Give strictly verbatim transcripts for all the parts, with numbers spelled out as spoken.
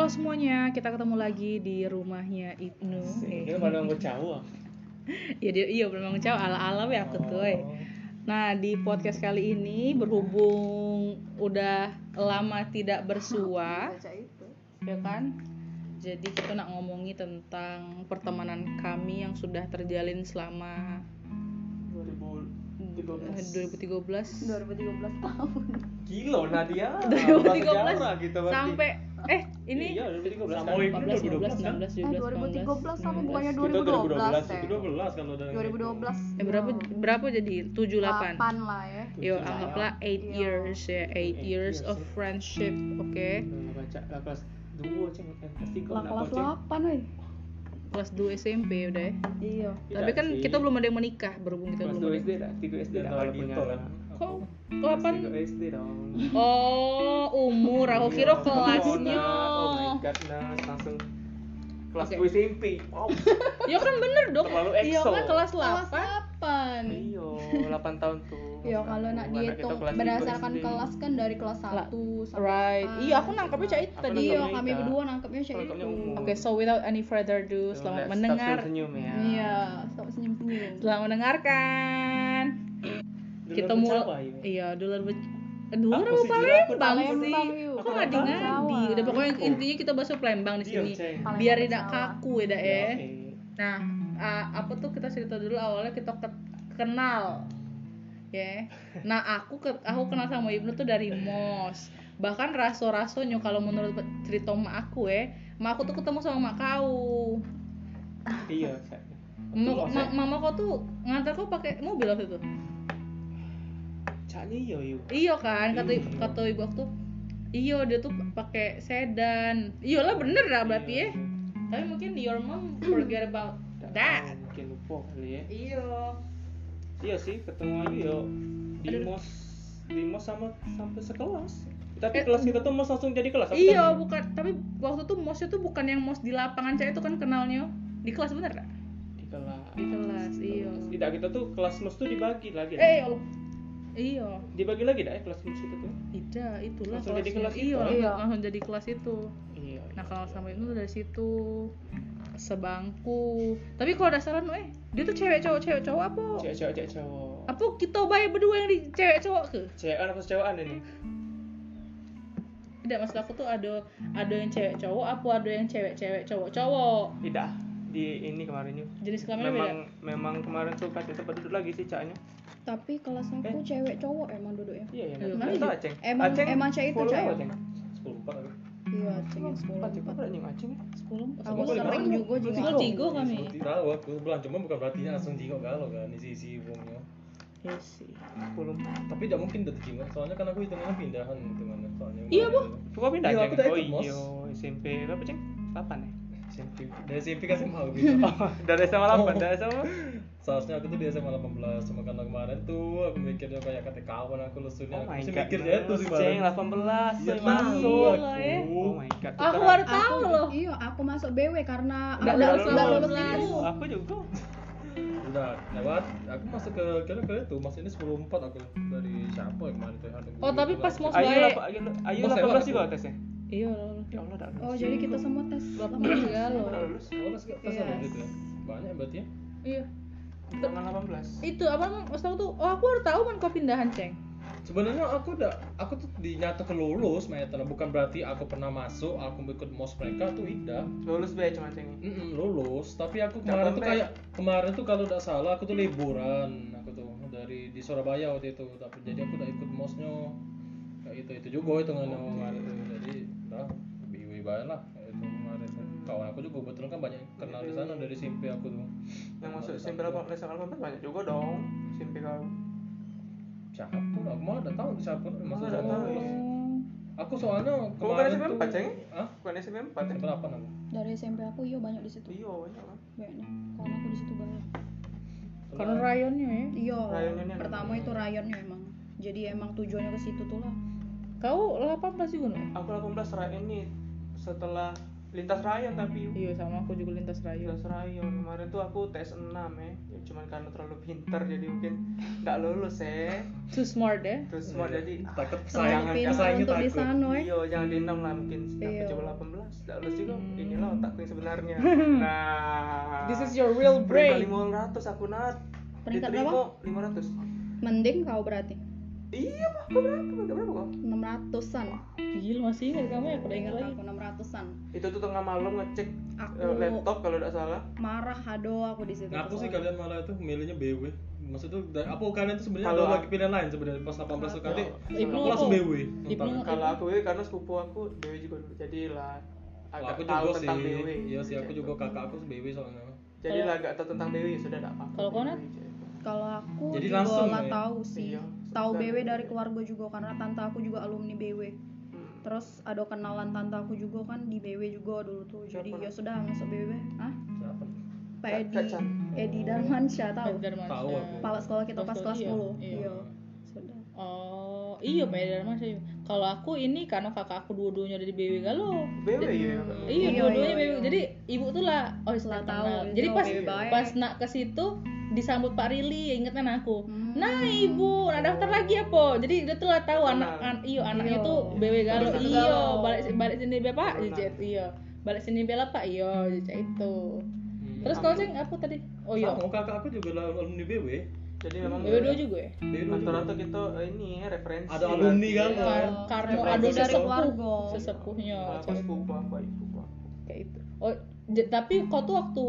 Halo semuanya, kita ketemu lagi di rumahnya Ibnu. Ini pada ngecawa. Ya dia iya memang caw ala-ala we aku tuh. eh. Nah, di podcast kali ini berhubung udah lama tidak bersua, ya kan? Jadi kita nak ngomongi tentang pertemanan kami yang sudah terjalin selama dua ribu tiga belas dua ribu tiga belas dua ribu tiga belas tahun. Gila Nadia. dua ribu tiga belas gitu sampai eh ini iya dua ribu tiga belas sama kan? Ibu empat belas, lima dua ribu dua belas, belas enam kan? belas, tujuh Eh belas, dua ribu tiga belas sama delapan belas. bukannya Kita dua ribu dua belas dua ribu dua belas kalau udah dua ribu dua belas. Eh berapa berapa jadi tujuh delapan. delapan lah ya. Yo, anggaplah eight Iya. years ya, eight Eight years years, of ya. friendship, oke? Udah baca lah kelas dua ceng, eh, kelas tiga Lah nak kelas kau, Ceng. delapan weh. Kelas dua S M P udah ya. Iya. Tapi kan sih. kita belum ada yang menikah, berhubung kita kelas belum dua ada. S D dah, tiga S D dah Jangan kalau gitu punya lah. Kok Kelas kapan? tiga S D dong. Oh, umur. Aku kira Iya, kelasnya. Oh my god, Nas langsung kelas Oke. dua S M P. Wow. Ya kan bener dong. Terlalu Iya EXO. kan kelas Kelas delapan. delapan. Iyo, delapan tahun tuh. Ya kalau nak Anak kita dihitung kelas tiga berdasarkan S D. kelas kan dari kelas satu sampai Right. empat. Iya, aku nangkapnya cak itu Aku tadi. Iya, nangkapnya kami Ika. berdua nangkapnya cak Nangkapnya itu. umum. Oke, so without any further ado, Let's selamat stop mendengar. senyum ya. Iya, stop senyum-senyum. Selamat mendengarkan. Dulu Kita aku mulai. Jawa, ya. Iya, dulu dulu Aku apa sih, gila, aku Palembang tahu sih? Palembang, yuk. Kok Aku nggak tahu. ngadi? Udah pokoknya Info. intinya kita bahas Palembang di Iya, sini. Ceng. Palembang Biar sama tidak Jawa. kaku ya, dak ya. Ya, oke. Nah, uh, apa tuh kita cerita dulu awalnya kita ke- kenal. Ya. Nah, aku ke- aku kenal sama Ibnu tuh dari Mos. Bahkan raso-rasonya kalau menurut cerita mak aku ya, mak aku tuh ketemu sama mak kau. Iya, Cek. Ma- Mos, ma- ya? mama kau tuh ngantar kau pakai mobil waktu itu. Caknya iya, iya. Iya kan, kata Iya. kata ibu aku tuh, iya dia tuh pakai sedan. Iyalah bener lah berarti ya. Tapi mungkin your mom forget about Nggak that. tahu, mungkin lupa kali ya. Iya. Iya sih, ketemu aja ya di Aduh. mos, di mos sama sampai sekelas. Tapi Eh, kelas kita tuh mos langsung jadi kelas. Aku Iya, kan- bukan. Tapi waktu itu mosnya tuh bukan yang mos di lapangan saya itu kan kenalnya di kelas bener gak? di kelas. Di kelas, iya. Tidak, kita tuh kelas mos tuh dibagi lagi. dah. Eh, ya Allah. Iya. Dibagi lagi dah ya kelas mos itu tuh. Tidak, itulah Langsung jadi kelasnya. kelas itu. Iya, Iya. langsung jadi kelas itu. Iya. Nah, kalau sama itu dari situ sebangku. Tapi kalau dasaran eh dia tuh cewek cowok cewek cowok apa? cewek cewek cewek cowok. Apa kita bayi berdua yang di cewek cowok ke? Cewekan apa cewekan ini? Tidak, maksud aku tuh ada ada yang cewek cowok apa ada yang cewek cewek cowok cowok. Tidak. Di ini kemarin yuk. Jenis kelaminnya Memang beda. memang kemarin tuh kasih tempat duduk lagi sih caknya. Tapi kelas aku Eh. cewek cowok emang duduknya. Iya ya. Iya, Mana iya. tahu Aceng? Emang- emang cak itu, follow Cak, apa, ya? Aceng? sepuluh empat aku. Iya, ceng yang sepuluh Empat, Ceng. empat. Apa ada yang Aceng ya? Sepuluh. Aku Sepuluh sering lima. juga juga. Tiga tiga kami. Seperti tahu aku bilang cuma bukan berarti langsung jingok galau kan isi isi wongnya. Iya sih. sepuluh. Tapi tidak mungkin udah jingok soalnya kan aku hitungannya pindahan hitungannya soalnya. Iya, Bu. Tuh kau pindah Iya, Ceng? aku udah Oh ikut, Mos. iya, S M P berapa Ceng? delapan ya? S M P dari S M P kan S M A aku gitu. Dari S M A delapan, Oh. dari S M A. Seharusnya aku tuh di S M A delapan belas cuma karena kemarin tuh aku mikirnya kayak kata kawan aku lusunya Oh aku my sih god. mikirnya itu sih Ceng Bang. delapan belas, Iya, saya tahu masuk. Gila, ya. Oh my god. Aku Kita- baru tahu Aku- loh. Iya, aku masuk B W karena Nggak aku lulus nggak lulus delapan belas. itu. Aku juga. Udah lewat aku masuk ke kira-kira itu mas ini sepuluh empat aku dari siapa yang kemarin tuh ada Oh, tapi pas mau Ayo Baik. delapan, ayo ayo Mas delapan belas lewat juga aku. tesnya. Iya loh. Ya Allah, dah lulus. Oh, jadi kita semua tes Delapan belas ya loh. Udah lulus. oh tes tes Yes. ada gitu ya banyak berarti ya Iya. Tanggal delapan belas. Itu apa maksud aku tuh? Oh, aku baru tahu man kau pindahan, Ceng. sebenarnya aku udah aku tuh dinyatakan lulus Maetana bukan berarti aku pernah masuk aku ikut mos mereka tuh tidak Lulus be cuma Ceng. Mm-mm, lulus tapi aku Nggak kemarin tuh sampai. kayak kemarin tuh kalau tidak salah aku tuh liburan aku tuh dari di Surabaya waktu itu tapi jadi aku udah ikut mosnya kayak itu itu juga itu nggak Oke. kemarin tuh jadi udah biwi bae lah kayak itu kemarin tuh. Kawan aku juga kebetulan kan banyak yang kenal di sana dari S M P aku tuh Yang masuk S M P delapan belas delapan belas banyak juga dong. S M P kau. siapa aku malah udah tahu siapa masuk Malah udah sama tahu, ya. aku soalnya Kau bukan kemarin S M P tuh empat Ceng? ah Bukan S M P empat ya? berapa aku dari S M P aku iya banyak di situ. Iya banyak kan. Banyaknya. Karena aku di situ banyak. Karena rayonnya ya. Iya. Rayonnya nih. Pertama itu rayonnya emang. Jadi emang tujuannya ke situ tuh lah. Kau delapan belas juga no? Aku delapan belas terakhir ini setelah lintas rayon tapi yuk. Iya sama aku juga lintas rayon. Lintas rayon kemarin tuh aku tes enam ya, ya cuman karena terlalu pintar jadi mungkin nggak lulus ya. Too smart ya. Terus semua jadi ah, takut Terlalu pesaing pintar pesaingnya untuk di takut. sana ya. iya jangan di enam lah mungkin Iya. coba delapan belas nggak lulus juga. Hmm. Inilah otakku yang sebenarnya. Nah This is your real peringkat brain. lima ratus aku Nat. Peringkat Diterima lima ratus. Mending kau berarti Iya pak, kau berapa? Kau berapa kau? enam ratusan. Gila masih ingat kamu ya, aku udah ingat lagi. Aku enam ratusan. Itu tuh tengah malam ngecek Aku eh, laptop kalau tidak salah. marah ado aku di situ. Ngaku sih soalnya. kalian malah itu milihnya B W. Maksudnya dari apa kalian tuh sebenarnya Kalau ada aku- lagi pilihan lain sebenarnya pas delapan belas kali. Ibnu Aku apa? langsung B W. Ibnu Entah. Kalau aku B W karena sepupu aku B W juga dulu. Jadi lah agak Aku tahu juga sih. tentang B W. Iya sih aku juga kakak aku B W soalnya. Jadi Kalau- lah agak tahu tentang B W ya sudah tidak apa-apa. Kalau kau, Nat? Kalau aku Jadi juga langsung nggak ya? tahu sih. Iya. Tahu B W dari keluarga juga karena tante aku juga alumni B W. Hmm. Terus ada kenalan tante aku juga kan di B W juga dulu tuh. Jadi Siapa? ya sudah masuk B W. Hah? Siapa? Pak Kak- Edi. Kak Chan. Edi Darmansyah tahu. Darmansyah. Tahu aku. Kepala sekolah kita Kepala pas sekolah, kelas iya. sepuluh. Iya. Iya. Sudah. Oh iya Pak Darmansyah. Kalau aku ini karena kakak aku dua-duanya dari B W Galuh. B W ya. Iya, Iya, dua-duanya iya, B W. iya. Jadi ibu tuh lah, oh istilah Lah tahu, tahu. itu Jadi pas B W baik. pas nak ke situ disambut Pak Rili, inget kan aku. Hmm. Nah ibu, nak daftar lagi apa? Jadi dia tuh lah tahu Kenal. anak an, iyo anaknya Iya. tuh B W Galuh. Bisa Iyo, Galuh. balik balik sini Bapak, Kenal. jejet. Iyo, balik sini bela Pak. Iyo, jejet itu. Hmm. Terus kau ceng apa tadi? Oh iya, Sama kakak aku juga lah alumni B W. Jadi memang B W dua juga ya. B W juga. rata-rata kita eh, ini ya referensi. Ada alumni kan? berarti. Kar Oh, Karno referensi ada dari sesepuh, keluarga. sesepuhnya. Nah, aku sepupu aku, ibu aku. Kayak itu. Oh, j- tapi kau tuh waktu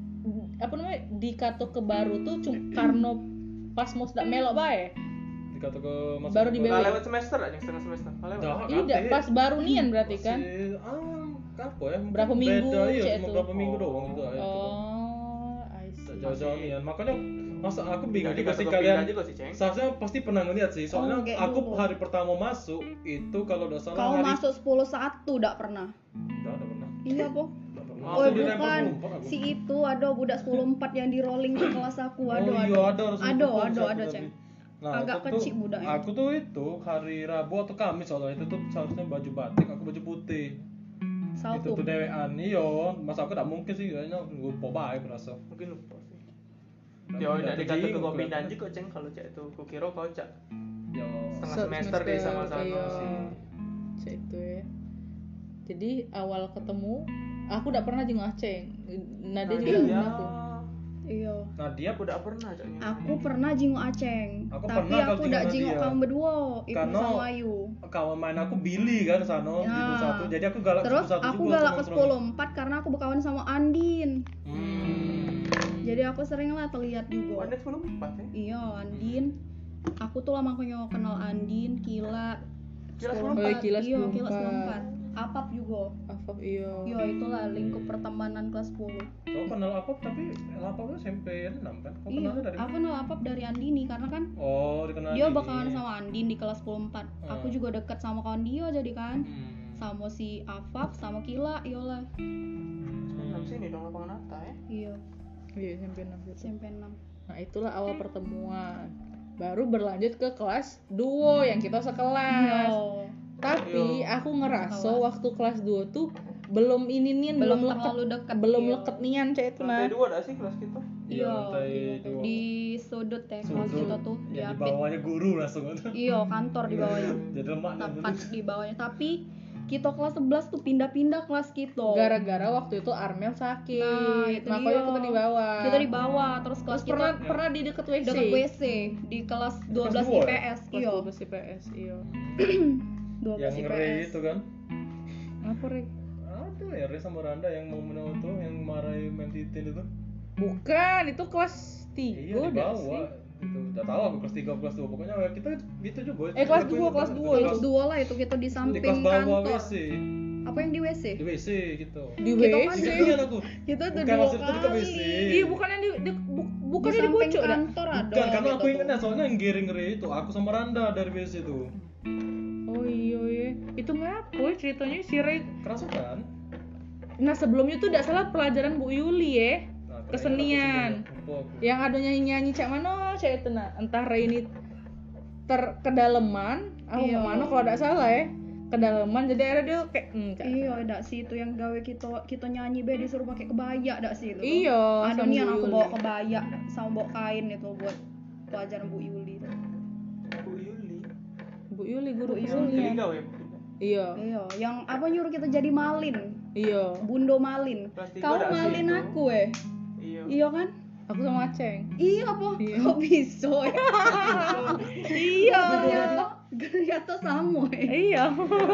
apa namanya di Kato ke baru tuh cuma karena pas mau sudah melok bae. Dikata ke masuk Baru di B W. Nggak lewat semester aja, setengah semester. Nggak lewat. Dah, Tidak, kate. pas baru nian berarti kan. Masih, ah, apa ya? Berapa minggu Beda, iya, cek cuma itu. berapa minggu doang itu. aja itu. Oh, I see. Jauh-jauh nih, makanya masa aku bingung Jadi juga kata sih kau kalian. pindah juga sih, Ceng. Seharusnya pasti pernah ngeliat sih, soalnya Oh, kayak aku dulu. hari pertama masuk itu kalau udah salah Kau hari masuk sepuluh satu enggak pernah. Udah, udah pernah. Iya, Po. Udah pernah. Oh, Oh, Aku dilempar bukan. sepuluh empat aku. Si itu ada budak sepuluh empat yang di rolling ke kelas aku. Ada, oh, iya, ada. ada, harus Ada, sepuluh ada, satu ada, tapi. Ceng. Nah, Agak aku tuh- kecil budaknya. Aku tuh itu hari Rabu atau Kamis soalnya itu tuh seharusnya baju batik, aku baju putih. Itu Saltum. tuh dewean, iya. Masa aku gak mungkin sih, kayaknya lupa baik rasa. Mungkin lupa sih. Dan Ya udah udah dikata ke bingung kau kelihatan. pindah juga, Ceng. Kalau cek itu kukira kau cak Ya, setengah Se- semester deh sama-sama iya. sih. Cek itu ya. Jadi awal ketemu, aku udah pernah jenguk Aceng. Nah, dia Nah, juga dia- jenguk aku. Iya. nah dia Aku udah pernah caknya. Aku pernah jenguk Aceng, Aku tapi pernah kalau aku udah jenguk jenguk dia. kamu berdua, Ibnu Karena sama Ayu. kawan main aku Billy kan sana di Ya. dua satu. Jadi aku galak Terus sepuluh satu aku juga galak sama ke Tron. sepuluh empat karena aku berkawan sama Andin. Hmm. Jadi aku sering lah terlihat juga. Ada sepuluh empat ya. Iya, Andin. Aku tuh lama punya kenal Andin, Kila. Kila sepuluh Oh, empat. Kila Iya, sepuluh Kila empat. sepuluh empat. Apap juga. Afaf iya. Iya, itulah lingkup pertemanan kelas sepuluh. Kau kenal apa tapi apa tuh S M P enam kan? Kau Iya, kenalnya dari aku mana? kenal Apap dari Andini karena kan Oh, dikenal dia ini. bakalan sama Andin di kelas sepuluh empat. Aku Hmm. juga deket sama kawan dia jadi kan. Hmm. Sama si Afaf, sama Kila, iyalah. Enam sini dong lapangan Atta ya. Iya, Iya, S M P enam gitu. S M P enam. Nah, itulah awal pertemuan. Baru berlanjut ke kelas duo yang kita sekelas. Iya. Tapi aku ngerasa waktu kelas dua tuh belum ini nian, belum, Belum leket, terlalu dekat, belum iya. leket nian cek itu nah. Lantai dua ada sih kelas kita. Iya, Iya, lantai iya. dua. Di sudut ya kelas Sudut. kita tuh Ya, di diapit. bawahnya guru langsung. Iya, kantor di bawahnya. Jadi lemak dan Tepat di bawahnya. Tapi kita kelas sebelas tuh pindah-pindah kelas kita. Gara-gara waktu itu Armel sakit. Nah, itu makanya dia. kita di bawah. Kita di bawah, terus kelas Terus pernah kita pernah di deket W C. dekat W C di kelas dua belas dua I P ya? S. Kelas Iya, dua belas I P S, iya. dua belas yang I P Ray S. itu kan. Apa, Re? Ada ya Ray sama Randa yang mau menang itu yang marahin main titin itu. Bukan, itu kelas Iya tiga di udah bawah. sih. Itu udah tahu aku kelas tiga kelas dua pokoknya ya kita itu juga. Eh, kelas Aku dua, ingat kelas banget. dua, Di Kelas dua lah itu kita di di samping kelas bawah kantor. W C. Apa yang di W C? Di W C gitu. Di Kita W kan C. Ingat aku. Kita tuh Bukan, dua maksudnya dekat W C. kali. Iya, bukan yang di, di bu, bukan Di yang di samping pojok dah. kantor ada. Bukan, karena gitu aku tuh. ingatnya soalnya yang giring Ray itu aku sama Randa dari W C itu. Oh iya iya. Itu ngapa ceritanya si Ray. Kerasa kan? Nah, sebelumnya tuh tidak salah pelajaran Bu Yuli ya. Nah, Kesenian. aku sebelumnya, aku. Yang ada nyanyi-nyanyi cak mana cak itu nah. Entah Ray ini ter kedalaman, aku Iya. kemana kalau tidak salah ya. kedalaman jadi akhirnya dia kayak hmm, Cak. Iya, dak sih itu yang gawe kita kita nyanyi be disuruh pakai kebaya dak sih itu. Iya, Ada sama nih Bu aku Yuli. bawa kebaya sama bawa kain itu buat pelajaran Bu Yuli itu. Bu Yuli. Bu Yuli guru Bu Bu Yuli. Yuli. Jadi kau ya. Iya. Iya, yang apa nyuruh kita jadi malin, Iya. bundo malin. Kelas tiga Kau dak sih malin itu. aku eh. Iya. Iya kan? Aku sama Aceng. Iya apa? Iya. Kok bisa ya? Iya. Ternyata ternyata sama eh. Iya.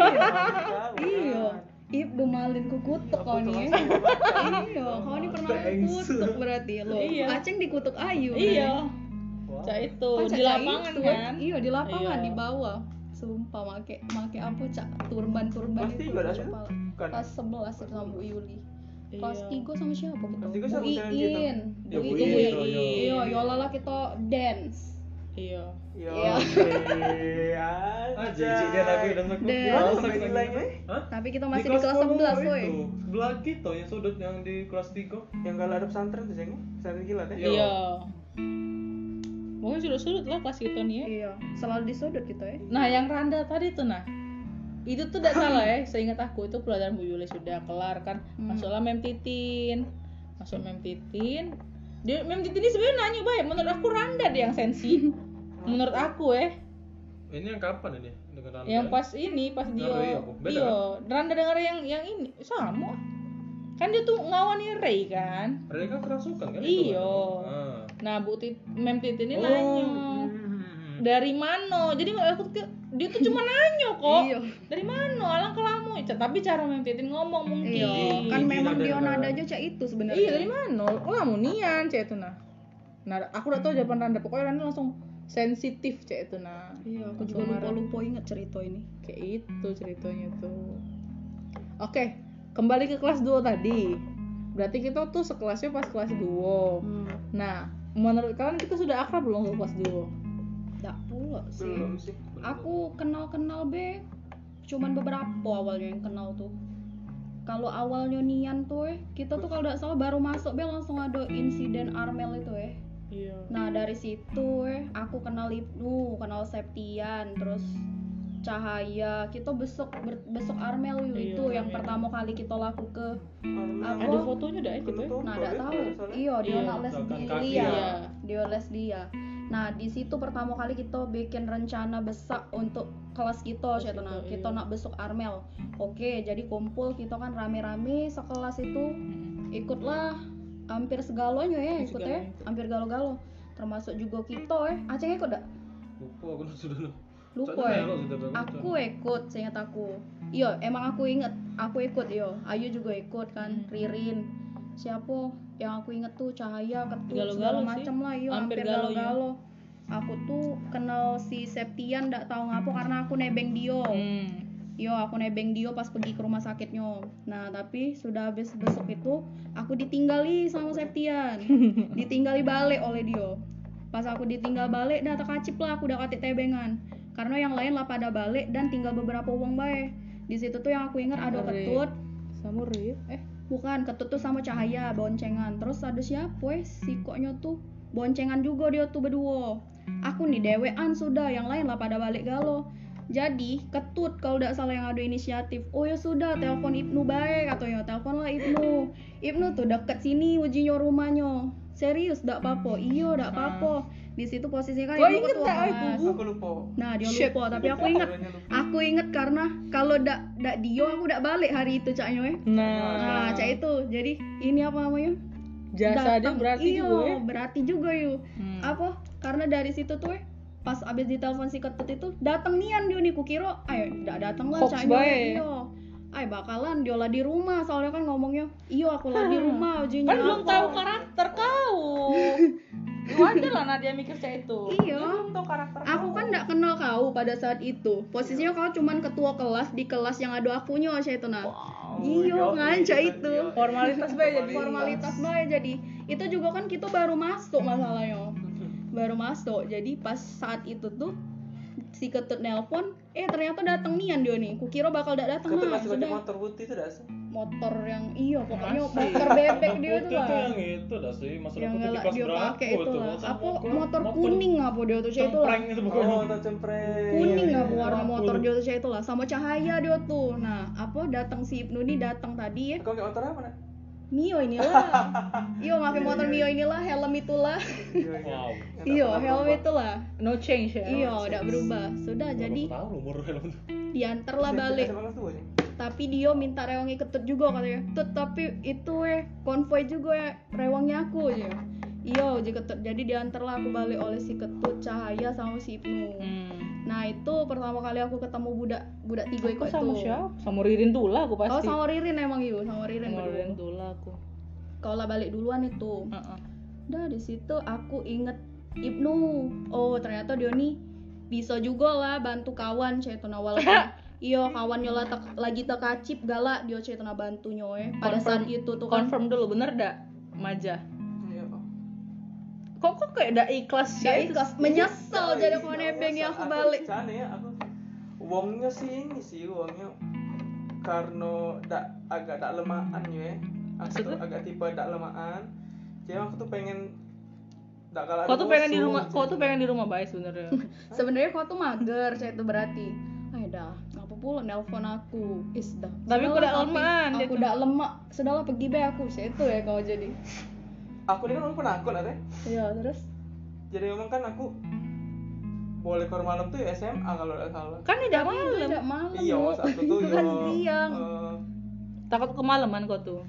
Iya. Ibnu malin ku kutuk kau nih. eh. Iya, kau ini pernah aku kutuk berarti lo. Iya. Aceng dikutuk Ayu. Iya. Wow. Cak itu Kan di Caca lapangan itu, kan. Iya, di lapangan Iya. di bawah. Sumpah make make apa cak turban-turban Kelas itu tiga dah sih? kepala. Bukan. Kelas sebelas itu sama Bu Yuli. Kelas Iya. tiga sama siapa kita? Kelas tiga Bu sama siapa kita? Iin. Ya, Bu Bu Iin. Iin, oh, iya. Iya, yola lah kita dance. Iya. Iya. Iya. Iya. Ah, jijik dia lagi dan aku. Dan- Gimana Masak sampai lagi. nilainya? Hah? Tapi kita masih di kelas sepuluh sebelas, itu, woy. sebelah kita yang sudut yang di kelas tiga. Yang kalau ada pesantren tuh Jeng, pesantren kilat ya. Iya. Iya. Mungkin sudut-sudut lah kelas kita nih ya. Iya, selalu disudut gitu ya. Nah, yang Randa tadi tuh nah. Itu tuh tidak salah ya, seingat aku itu pelajaran Bu Yuli sudah kelar kan. Hmm. Masuklah Mem Titin. Masuk Mem Titin. Dia Mem Titin ini sebenarnya nanya baik, menurut aku Randa deh yang sensi. Menurut aku eh. Ini yang kapan ini dengan Randa? Yang pas ini, pas dia. Ray apa? Beda Iya, Randa denger yang yang ini sama. Kan dia tuh ngawani Ray kan. Ray kan kerasukan kan? Iya. Itu, kan? Ah. Nah, Bu Tit, Mem Titin ini Oh. nanya. Hmm. Dari mana? Jadi aku ke- dia tuh cuma nanya kok. Iya. Dari mana? Alang kelamu. Tapi cara Mem Titin ngomong mungkin. Iya, kan Tinggi memang nada dia negara. nadanya cak itu sebenarnya. Iya, dari mana? Kelamu nian cek itu nah. Nah, aku udah tahu jawaban Randa. Pokoknya Randa langsung sensitif cek itu nah. Iya, aku Langsung juga marah. lupa-lupa inget cerita ini. Kayak itu ceritanya tuh. Oke, kembali ke kelas dua tadi. Berarti kita tuh sekelasnya pas kelas dua. Hmm. Nah, menurut kalian kita sudah akrab belum ke kelas dua? Nggak pula sih. Belum sih. Aku kenal-kenal be, cuman beberapa awalnya yang kenal tuh. Kalau awalnya nian tuh eh, kita tuh kalau nggak salah baru masuk be langsung ada insiden Armel itu eh. Iya. Nah dari situ eh, aku kenal Ibnu, kenal Septian, terus Cahaya. Kita besok ber- besok Armel yuk, Iya, itu yang Armel. pertama kali kita laku ke. Apa? Ada fotonya dah gitu ya. Nah nggak tahu. Iya dia Iya, nak les gerakan di kaki Lia, ya. dia les dia. Nah di situ pertama kali kita bikin rencana besar untuk kelas kita, Kelas saya kita, kita iya. nak besok Armel. Oke jadi kumpul kita kan rame-rame sekelas itu, Mm. ikutlah hampir segalanya ya ikut ya, Segalanya. hampir galo-galo. Termasuk juga kita eh, Aceh ikut gak? Lupa aku sudah lupa. Lupa Soalnya ya. melok sudah berapa Aku ikut, seingat aku. Iya, emang aku inget, aku ikut yo. Ayu juga ikut kan, Hmm. Ririn. Siapa yang aku inget tuh Cahaya, Ketut, Galo-galo segala sih. macam lah, iya Hampir hampir galonya. galo-galo. Aku tuh kenal si Septian ndak tahu ngapa karena aku nebeng Dio. Hmm. Yo, aku nebeng Dio pas pergi ke rumah sakitnya. Nah, tapi sudah habis besok itu aku ditinggali sama Septian. Ditinggali balik oleh Dio. Pas aku ditinggal balik, dah terkacip lah aku udah katik tebengan. Karena yang lain lah pada balik dan tinggal beberapa uang bae. Di situ tuh yang aku ingat ada Samurai. Ketut. Samurai. Eh, Bukan, Ketut tuh sama Cahaya boncengan. Terus ada siapa weh? Si koknya tuh boncengan juga dia tuh berdua. Aku nih dewean sudah, yang lain lah pada balik galo. Jadi Ketut kalau tidak salah yang ada inisiatif. Oh ya sudah, telepon Ibnu baik katanya. Teleponlah Ibnu. Ibnu tuh deket sini ujinya rumahnya. Serius, dak apa-apa. Iya, dak apa-apa. Di situ posisinya kan Gua Ibnu inget ketua dak, kelas. itu. Aku lupa. Nah, dia Shit. lupa, tapi aku inget. Keduanya lupa. Aku inget karena kalau dak dak Dio aku dak balik hari itu caknya eh. nah, Nah, cak itu. Jadi ini apa namanya? jasa dia Datang. berarti Iya, juga ya. berarti juga yuk. Hmm. Apa? Karena dari situ tuh eh, pas abis ditelepon si Ketut itu datang nian dia nih kukira ayo ndak datang lah Hoax caknya bae. iya ay bakalan dia lah di rumah soalnya kan ngomongnya iya aku lah di rumah ujinya Kan belum apa." tahu karakter kau. Wajar lah Nadia mikir saya itu. Iya. Dia belum tahu karakter Aku kau. kan nggak kenal kau pada saat itu. Posisinya kau cuman ketua kelas di kelas yang ada akunya saya itu nah. Iya, nganca itu. Formalitas bae jadi. Formalitas bae jadi. Itu juga kan kita baru masuk masalahnya. Baru masuk. Jadi pas saat itu tuh si Ketut nelpon, eh ternyata datang nian dia nih. Kukira bakal dak datang Ketut nah, masih pakai sudah. motor putih itu dah sih. Motor yang iyo pokoknya Masih. motor bebek dia Putih tuh tuh lah. yang itu dah sih masalah Yang putih di galak kelas dia berapa pakai itu itu lah. Masa Apa motor- motor kuning apa dia tuh itu lah. cempreng itu pokoknya. Oh, motor cempreng. Kuning Iya, apa iya. warna Lampu. motor dia tuh itu lah. Sama cahaya dia tuh. Nah, apa datang si Ibnu nih datang tadi ya. Kau pakai motor apa nak? Mio inilah. Iyo pakai motor Mio inilah, helm itulah. Wow. Iyo, helm itulah. No change ya. Iyo, udah berubah. Sudah jadi Tahu umur helm tuh. diantar lah balik. Tapi dia minta rewangi Ketut juga katanya. Tut tapi itu eh konvoy juga ya rewangnya aku aja. Iya, jadi Ketut. Jadi diantar lah aku balik oleh si Ketut, Cahaya sama si Ibnu. Hmm. Nah, itu pertama kali aku ketemu budak budak tiga Aku itu. sama siapa? Sama Ririn Tula aku Oh, pasti. sama Ririn emang yuk, sama Ririn. Sama berdua. Ririn Tula aku. Kau lah balik duluan itu. Heeh. Dah di situ aku inget Ibnu. Oh, ternyata dia nih bisa juga lah bantu kawan cai itu nawal. Iyo kawannya lah tek- lagi tekacip galak dia cai itu na bantu nyoe. Pada saat itu tuh kan Confirm dulu bener dak? Maja. Iya. Kok kok kayak dak ikhlas sih? gak itu? ikhlas menyesal jadi kau nebeng ya aku balik. Sana ya aku. Uangnya sih ini sih uangnya karena dak agak dak lemahan ya. Aku tuh Maksudnya? agak tipe dak lemahan. Jadi aku tuh pengen dak kalah. Kau tuh pengen di rumah, kau tuh pengen di rumah baik sebenarnya. Sebenarnya kau tuh mager cai itu berarti. Ah dah, apa pula nelpon aku. Is dah. Tapi aku Sudahlah, dak lemahan, Aku gitu. dak lemak. Sudahlah pergi be aku. Cai itu ya kau jadi. Aku ini kan orang penakut lah teh. Iya, terus Jadi memang kan aku boleh keluar malam tuh ya S M A kalau tidak salah. Kan tidak malam. tidak malam. Iya, Bu. saat itu tuh Itu kan yo, siang. eh, Takut kemalaman kau tuh.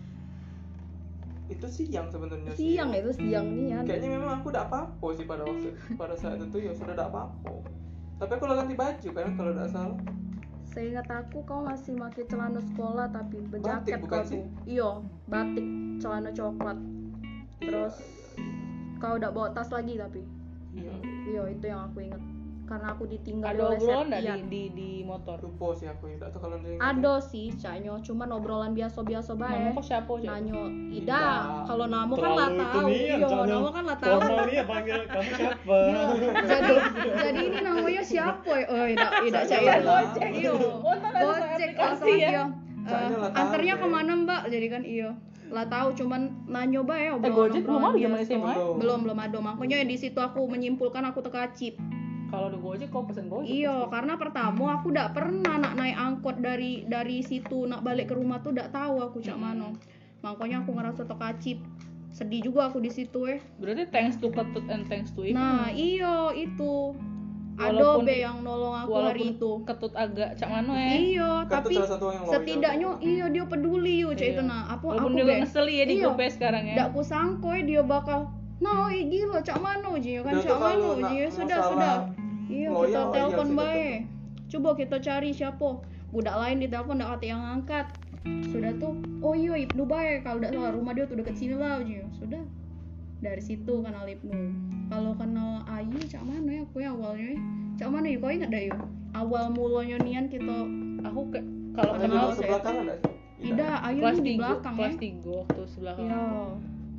itu siang sebenarnya. sih. Siang itu siang nih ya. Kayaknya memang aku tidak apa-apa sih pada waktu pada saat itu ya sudah tidak apa-apa. Tapi aku lah ganti baju kan kalau tidak salah. Seingat aku kau masih pakai celana sekolah tapi berjaket Batik, kau bukan sih? tuh. Iya, batik celana coklat. Terus kau udah bawa tas lagi tapi. Iya. Iya, itu yang aku ingat. Karena aku ditinggal Ada oleh obrolan enggak Septian. di, di di motor? Lupa sih aku ya. Tidak tahu kalau dia ingat. Ada sih, caknya cuman obrolan biasa-biasa Nama bae. kau siapa aja? Nanyo, Ida. Ida. Kalau nama kan lah Terlalu itu tahu. nih, Iya, jangan nama kan lah tahu. formal nih ya panggil kamu siapa? Iya. jadi jadi ini namanya siapa ya? Oh, tidak tidak Saya cair. Gojek. Iya. Oh, ntar ada Gojek aplikasi alasan ya? dia. Saya Eh, lah tahu, antarnya ya. kemana Mbak? Jadi kan iya. Lah tahu cuman nanyo bae ya Eh, Gojek belum ada zaman biasa. S M A? Belum. Belum belum ada. Makanya di situ aku menyimpulkan aku tekacip. Kalau ada Gojek kau pesen Gojek. Iya, karena pertama aku ndak pernah nak naik angkot dari dari situ nak balik ke rumah tuh ndak tahu aku cak Hmm. mano. Makanya aku ngerasa tekacip. Sedih juga aku di situ eh. Berarti thanks to Ketut and thanks to Ibnu. Nah, iyo itu. Walaupun- Adobe yang nolong aku Walaupun hari itu. Ketut agak cak mano eh. Iya, Ketut tapi salah satu yang loyal. setidaknya iya dia peduli yo cak Iya. itu nah. Apa Walaupun aku dia be. ngeseli ya di Iya. grup sekarang ya. Ndak ku sangko eh, dia bakal nah oi gila cak mano ji kan Dia cak tuh mano kalau ji nak sudah masalah sudah. Iya, loyal, kita loyal telepon sih bae. Coba kita cari siapa. Budak lain ditelepon ndak kata yang angkat. Sudah tuh, oh iya Ibnu bae kalau ndak salah rumah dia tuh deket sini lah ji. Sudah. Dari situ kenal Ibnu. Kalau kenal Ayu cak mana ya aku ya awalnya. Cak mana ya kau ingat dah yuk. Awal mulanya nian kita Aku ke kalau Ada kenal dulu Kenal sebelakangan enggak sih? Ida Ayu kelas tuh di tiga, belakang kelas ya. tiga waktu sebelah Iya. kanan.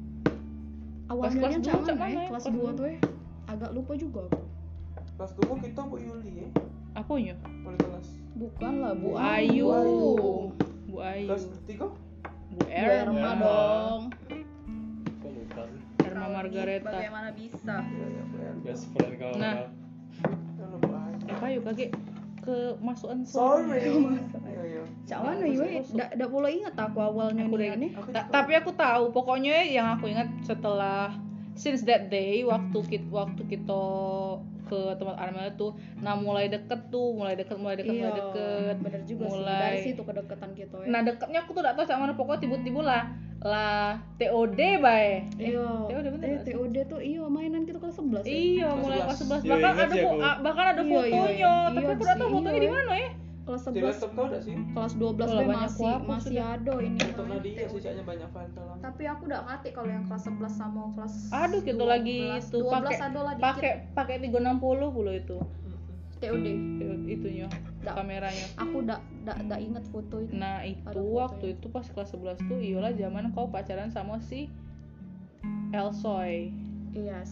Awalnya kelas nian dua cak cak mana mana ya? ya? Kelas Kelas dua dua. tuh ya. Agak lupa juga aku. Kelas dua kita Bu Yuli ya. Apanya? Wali kelas. Bukan lah Bu Bu Ayu. Bu Ayu. Bu Ayu. Kelas tiga? Bu Bu Erma Erma. dong. Kok lupa sih? Erma Margareta. Bagaimana bisa? Iya, iya, Bu Erma. Best friend kau. Nah. Ya, lupa aja. Apa yuk kakek ke masukan Sorry. Iya, iya. Cak mana ya? Ndak ndak boleh ingat aku awalnya Aku udah nian nih. Aku Ta- juga. tapi aku tahu pokoknya yang aku ingat setelah since that day waktu kita waktu kita ke tempat Armel itu nah mulai deket tuh mulai deket mulai deket mulai deket Iya, bener juga sih. mulai Dari situ kedekatan kita ya. nah deketnya aku tuh gak tahu sama mana pokoknya tiba-tiba lah lah T O D bae Iya. T O D bener Eh, gak sih? T O D tuh iya mainan kita kelas sebelas ya. iya Kelas mulai kelas sebelas. sebelas Iya, bahkan ingat ada sih fo- aku. ah, bahkan ada Iya, iya, fotonya iya. tapi Iya aku gak tahu sih, fotonya iya. di mana ya Kelas Di sebelas laptop kau enggak sih? kelas dua belas Kalau gue banyak masih aku masih sudah. ada ini. Untuk Nadia sih kayaknya banyak file lah. Tapi aku udah kate kalau yang kelas sebelas sama kelas aduh gitu dua lagi belas. itu dua belas pakai ada lah dikit. pakai pakai tiga enam puluh puluh itu T O D. itunya Nggak. kameranya. Aku udah udah udah inget foto itu. Nah Ada itu fotonya. waktu itu pas kelas sebelas tuh iyalah zaman kau pacaran sama si Elsoy. Yes.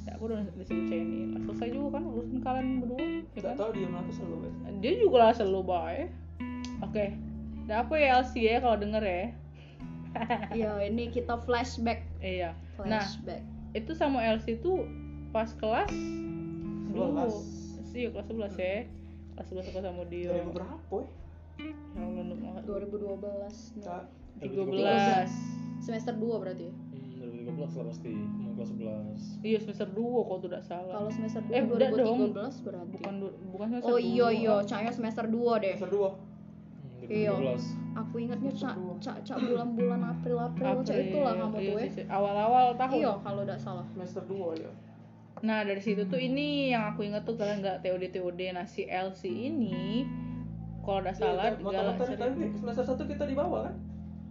Ya aku udah disebut Ceni. Lah selesai juga kan urusan kalian berdua. Ya Nggak kan? tahu dia mana selalu guys. Dia juga lah selalu baik. Oke. Udah apa ya L C ya kalau denger ya. Iya, ini kita flashback. Iya. Nah, Flashback. itu sama L C tuh pas kelas Sebelas. Iya, kelas sebelas ya. Kelas sebelas aku sama dia. Dari berapa ya? Ya Allah, nuk banget. dua ribu dua belas. Nggak. tiga belas. Semester dua berarti ya? Hmm, dua ribu tiga belas lah pasti, mau kelas sebelas. Iya, semester dua kalau tidak salah. Kalau semester Eh, dua udah dua ribu tiga dong. belas berarti. bukan du- bukan semester Oh iya dua. iya, Caknya semester dua deh. Semester dua. Hmm, dua ribu Iya. tiga belas. Aku ingatnya Cak Semester dua. Cak Cak bulan-bulan April April Cak April, itulah kamu iya tuh sih, ya. sih. Awal-awal tahun. Iya, kalau tidak salah. Semester dua ya. Nah, dari situ tuh ini yang aku inget tuh kalian nggak T O D T O D. Nah, si L C ini kalau tidak salah Iya, galak mata-mata sering. tadi semester satu kita di bawah kan?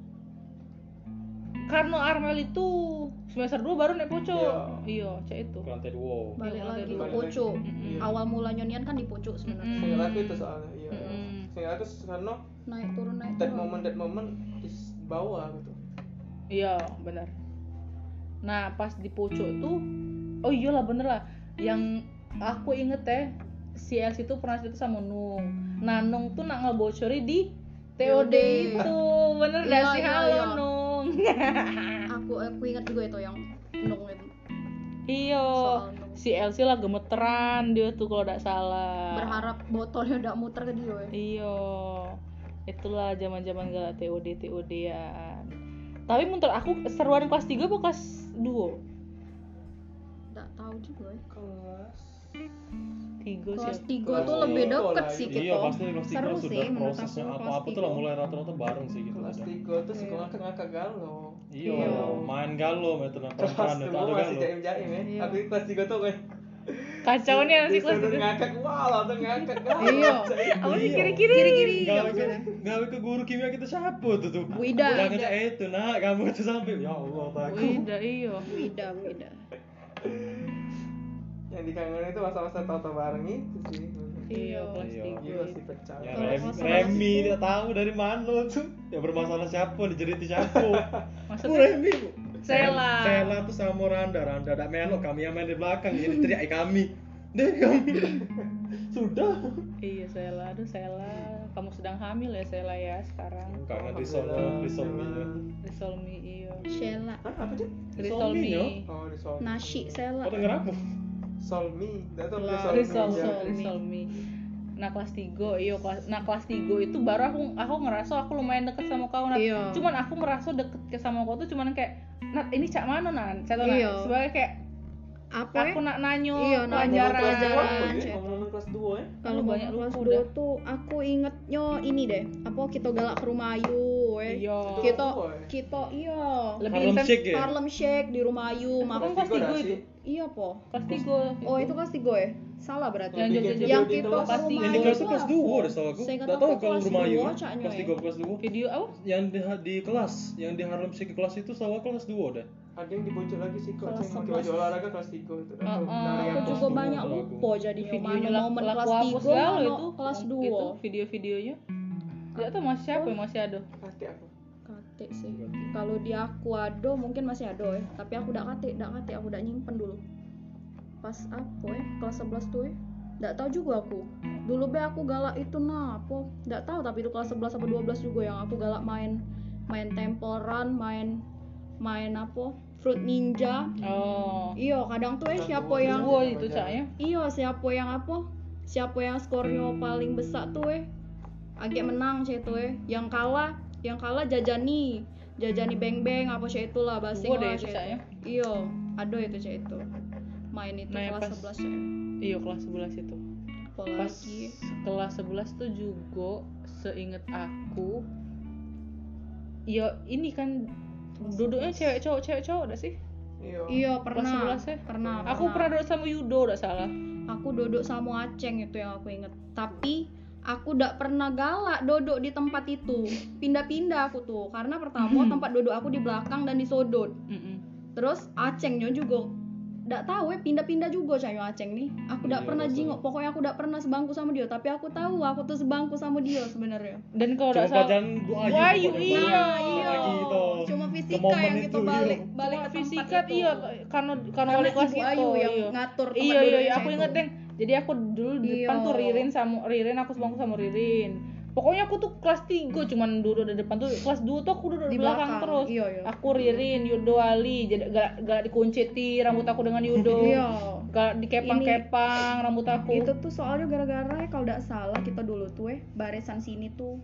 Karena Armel itu semester dua baru naik pocok. Iya. Iya, cak itu. Ke lantai dua. Balik Iya, lagi balik ke lagi. Pucuk. Mm-mm. Awal mulanya Nian kan di Pucuk sebenarnya. Mm-mm. Sehingga aku itu soalnya. Iya. Mm-mm. Sehingga aku karena Naik turun naik that turun. moment that moment di bawah gitu. Iya, benar. Nah, pas di pocok tuh, oh iyalah bener lah. Yang aku inget teh, si Els itu pernah cerita sama Nung. Nah, Nung tuh nak ngebocori di T O D itu, bener dah Iya, sih, iya, halo iya. Nung. Aku aku ingat juga itu yang Nung itu. Iya, Soal Nung. si Els lah gemeteran dia tuh kalau tidak salah. Berharap botolnya udah muter ke dia ya. Iya, itulah zaman-zaman galak T O D T O D-an. Tapi menurut aku seruan kelas tiga apa kelas dua? Nggak tahu juga ya. Kelas tiga Kelas sih. tiga Kelas tuh lebih tiga deket lah, sih iya. gitu. Iya pasti kelas tiga Seru sudah sih menurut prosesnya aku apa-apa kelas tuh lah tiga. mulai rata-rata bareng sih gitu. kelas udah. tiga tuh Iya. sekolah kan ngakak galau. Iya, Iya. main galo, main tenang Kelas perempuan itu dua ada masih galo. jaim-jaim ya. Iya. Aku di kelas tiga tuh kayak Kacau nih nanti kelas disuruh tiga. ngakak, wah langsung ngakak galau. Iya. Apa sih Iya. kiri-kiri? Kiri-kiri. Gawe ke, gawe ke guru kimia kita siapa tuh tuh? Bu Ida. Jangan kayak itu nak, kamu tuh sampai ya Allah takut. Wida, iya. Wida, Wida. Yang dikangenin itu masa-masa tato bareng itu sih. Iya, kelas Iya. tiga. Gila sih pecah. Ya Kalau Rem, masalah Remi itu- tidak tahu dari mana tuh. Yang bermasalah siapa, dijeriti siapa. Bu Maksudnya Remi, Bu. Sela. Sela tuh sama Randa, Randa tak melok, kami yang main di belakang, jadi teriak kami. Deh kami. Sudah. iya Sela, aduh Sela, kamu sedang hamil ya Sela ya sekarang. Kangen risol, risol mie. Risol mie, iya. Sheila. Hah, apa sih? Risol mie, yo. mie. Oh, risol. Nasi Sheila. Kau denger apa? Solmi. Dah tuh Lah, risol. Risol, mie. Risol. risol mie. Nah kelas tiga, iya kelas, nah kelas tiga itu baru aku aku ngerasa aku lumayan deket sama kau. Nah, Iya. cuman aku merasa deket ke sama kau tuh cuman kayak, Nat ini cak mana Nat? Saya tahu Nat, Iya. sebagai kayak Apa aku ya? nak nanyo Iya, nanyo pelajaran. Kelas dua, Pelajaran, ya? Cek. Ngomong-ngomong kelas dua ya. Kalau Aku mau banyak kelas lupa dua dah. tuh aku ingetnya ini deh. Apa kita galak ke rumah Ayu, weh. Iya. Kita Kelas dua, ya? kita iya. Lebih Harlem intens. Shake ya? Harlem Shake di rumah Ayu, Aku kan makan. kelas tiga tiga dah itu. sih. Iya po. Kelas tiga. Oh itu kelas tiga ya? Salah berarti. Yang bikin joget-joget video Yang di kita kelas. ke rumah Yang di Ayu kelas itu kelas apa? dua deh setahu aku. Saya Enggak kata tahu aku kalau kelas rumah Ayu. dua, caknya, Kelas ya. tiga kelas dua. Video apa? Yang di di kelas, yang di Harlem Shake kelas itu setahu aku kelas dua deh. Ada yang di bocor lagi sih kok. Kelas Yang pakai sebelas. baju olahraga kelas tiga itu. Oh, oh. Dari yang Aku kelas juga dua. banyak aku. lupa jadinya Videonya mana lah, momen lah kelas aku hapus tiga, galau mana itu. kelas Itu dua. video-videonya. Tidak tahu masih siapa yang masih ada. Pasti aku. Kate sih. Kalau di aku ada mungkin masih ada ya. Tapi aku udah kate, udah kate, aku udah nyimpen dulu. Pas apa ya? Kelas sebelas tuh ya. Nggak tahu juga aku. Dulu be aku galak itu nah apa? Nggak tahu tapi itu kelas sebelas atau dua belas juga yang aku galak main main Temple Run, main main apa? Fruit Ninja. Oh. Iya, kadang tuh ya Kelas siapa dua yang Gua itu caknya. Iya, siapa yang apa? Siapa yang skornya paling besar tuh eh agak menang sih tuh eh. Yang kalah, yang kalah jajani, jajani beng-beng apa sih itulah bahasa Gua deh Inggris itu caknya. Iya, ada itu sih itu. Main itu Nah, kelas pas- sebelas ya. Iya kelas sebelas itu. Pas Apalagi kelas sebelas tuh juga seinget aku. Ya ini kan duduknya cewek cowok cewek cowok dah sih. Iya. iya pernah. sebelas ya? Pernah. Aku pernah duduk sama Yudo udah salah. Aku duduk sama Aceng itu yang aku inget. Tapi aku tidak pernah galak duduk di tempat itu. Pindah-pindah aku tuh. Karena pertama tempat duduk aku di belakang dan di sudut. Mm-mm. Terus Acengnya juga ndak tahu ya pindah-pindah juga Cayo Aceng nih. Aku ndak Iya, pernah betul. jingok, pokoknya aku ndak pernah sebangku sama dia, tapi aku tahu aku tuh sebangku sama dia sebenarnya. Dan kalau Cuma enggak salah pelajaran Bu Ayu, Bu Ayu, pokoknya. iya. Iya, gitu. Cuma Ke fisika momen yang itu, kita iya. balik balik cuma ke tempat fisika itu. iya karena karena Karena wali kelas Ibu itu Ayu yang iya. ngatur tempat iya iya duduknya iya aku itu. inget deh. Jadi aku dulu di depan Iya. tuh Ririn sama Ririn aku sebangku sama Ririn. Pokoknya aku tuh kelas tiga cuman duduk di depan tuh, kelas dua tuh aku duduk di Di belakang, belakang, terus. iya, iya. Aku Ririn, Yudo Ali, jadi gak, gak dikunciti rambut aku dengan Yudo. Iya. Gak dikepang-kepang rambut aku. Itu tuh soalnya gara-gara ya kalau ndak salah kita dulu tuh eh barisan sini tuh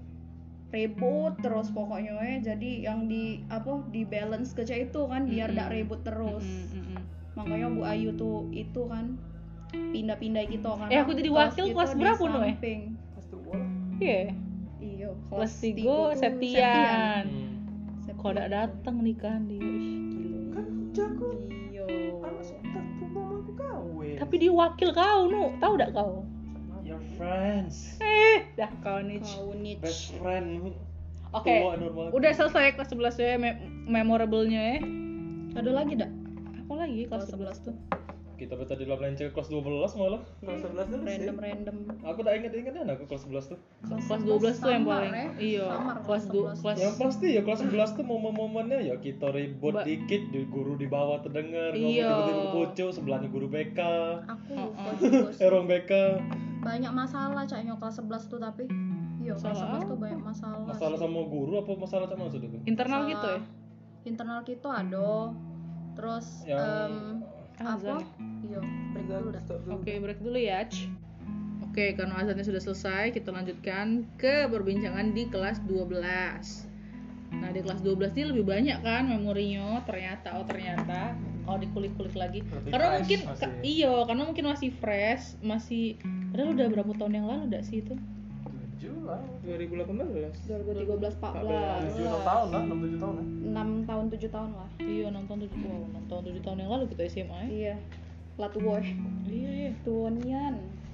ribut terus pokoknya eh jadi yang di apa di balance kerja itu kan biar ndak ribut terus. Mm, mm, mm. Makanya Bu Ayu tuh itu kan pindah-pindah gitu kan. Eh, aku jadi wakil kelas berapa, Nu, eh? Kelas dua lah. Iya. Iya, Kelas tiga tiga tuh Septian. Hmm. Septian. Kok gak datang nikahan dia? Ih, gila. Kan jago. Iya. Anak sultan tuh mamaku kawin. Tapi dia wakil kau, Nu. Tahu gak kau? Your friends, Eh, dah kau nih. Kau niche. best friend. Oke. Tua, normal. Udah selesai kelas sebelas ya me- memorable-nya ya. Ada lagi dak? Apa lagi kelas Kelas sebelas tuh? Kita tadi dalam lenceng kelas dua belas malah. Kelas sebelas dulu sih. Random-random. Aku tak inget-inget kan aku kelas sebelas tuh. Kelas dua belas tuh yang Samar, paling. ya. Iya. Samar Kelas dua sebelas. kelas Yang pasti ya kelas sebelas tuh momen-momennya ya kita ribut Ba- dikit, di guru di bawah terdengar, ngomong Iya. tiba-tiba ke pojok, sebelahnya guru B K, Aku Oh, lupa oh. juga sih. erong B K. Banyak masalah caknya kelas sebelas tuh tapi iya kelas Masalah sebelas tuh banyak masalah. Masalah sih. sama guru apa masalah sama maksud itu? internal Masalah gitu ya. Internal kita ada. Terus Yang em, Ah, apa? azan. Iya, break dulu dah. Stop dulu. Oke, break dulu ya. Ch. Oke, karena azannya sudah selesai, kita lanjutkan ke perbincangan di kelas dua belas. Nah, di kelas dua belas ini lebih banyak kan memorinya, ternyata oh ternyata kalau dikulik-kulik lagi. Lebih karena fresh mungkin masih. ka- iya, karena mungkin masih fresh, masih padahal udah berapa tahun yang lalu dak sih itu? Tujuh lah. dua ribu delapan belas. dua ribu tiga belas empat belas. Tujuh enam tahun lah, enam tujuh tahun lah. enam tahun tujuh tahun lah. Iya, enam tahun tujuh wow, enam tahun tujuh tahun yang lalu kita S M A ya. Iya. Latu boy. Iya, iya. Tuanian.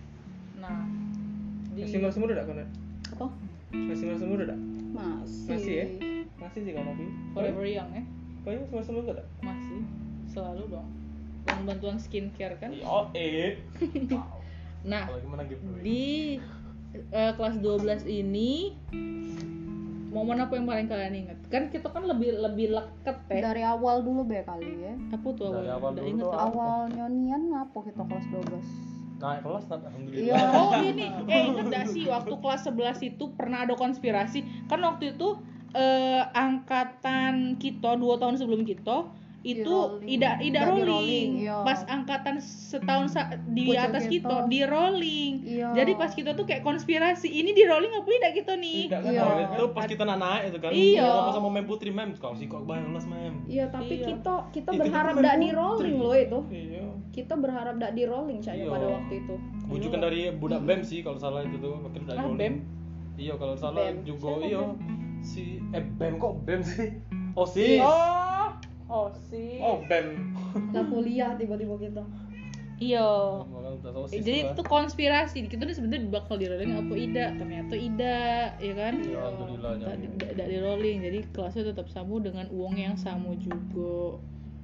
Nah, di Masih merasa muda tak kau nak? Apa? Masih merasa muda tak? Masih. Masih ya? Masih sih kau nabi. Forever Young ya. Kau masih merasa muda tak? Masih selalu dong. Dan bantuan skincare kan. Iya, eh. Nah, Apalagi mana gitu. di eh, kelas dua belas ini momen apa yang paling kalian ingat? Kan kita kan lebih lebih leket ya. Dari awal dulu be kali ya. Apa tuh Dari awal? awal Udah dulu inget tuh tak? Apa? Awal nyonian apa kita kelas dua belas? Naik kelas tak? Alhamdulillah. Iya. Oh ini, eh inget gak sih waktu kelas sebelas itu pernah ada konspirasi. Kan waktu itu eh, angkatan kita dua tahun sebelum kita itu Di-rolling. tidak tidak Nggak rolling. di-rolling, iya. Pas angkatan setahun sa- di Pucuk atas kita. kita di rolling. Iya. Jadi pas kita tuh kayak konspirasi, ini di rolling apa tidak kita nih? Tidak kan? Iya. Awal Itu pas kita nak naik itu kan. Iya. Ngomong sama Mem Putri, Mem, kau sih kok balas Mem. Iya, tapi Iya. kita kita Itu berharap kan dak main di rolling putri. loh itu. Iya. Kita berharap dak di rolling caknya Iya. pada waktu itu. Bujukan dari budak Bem sih kalau salah itu tuh, waktu dari Ah, rolling. Bem? Iya kalau salah Bem. juga Siapa iya. Bem? Si eh Bem kok Bem sih? Oh sih. Oh, oh sih. Oh, Bem. Lah kuliah tiba-tiba kita. Iya. Makanya udah tahu Eh, sih. Jadi itu konspirasi. Kita tuh sebenarnya bakal di rolling apa tidak? Ternyata tidak, ya kan? Ya alhamdulillah Tak jangan. di, tidak di rolling. Jadi kelasnya tetap sama dengan uang yang sama juga.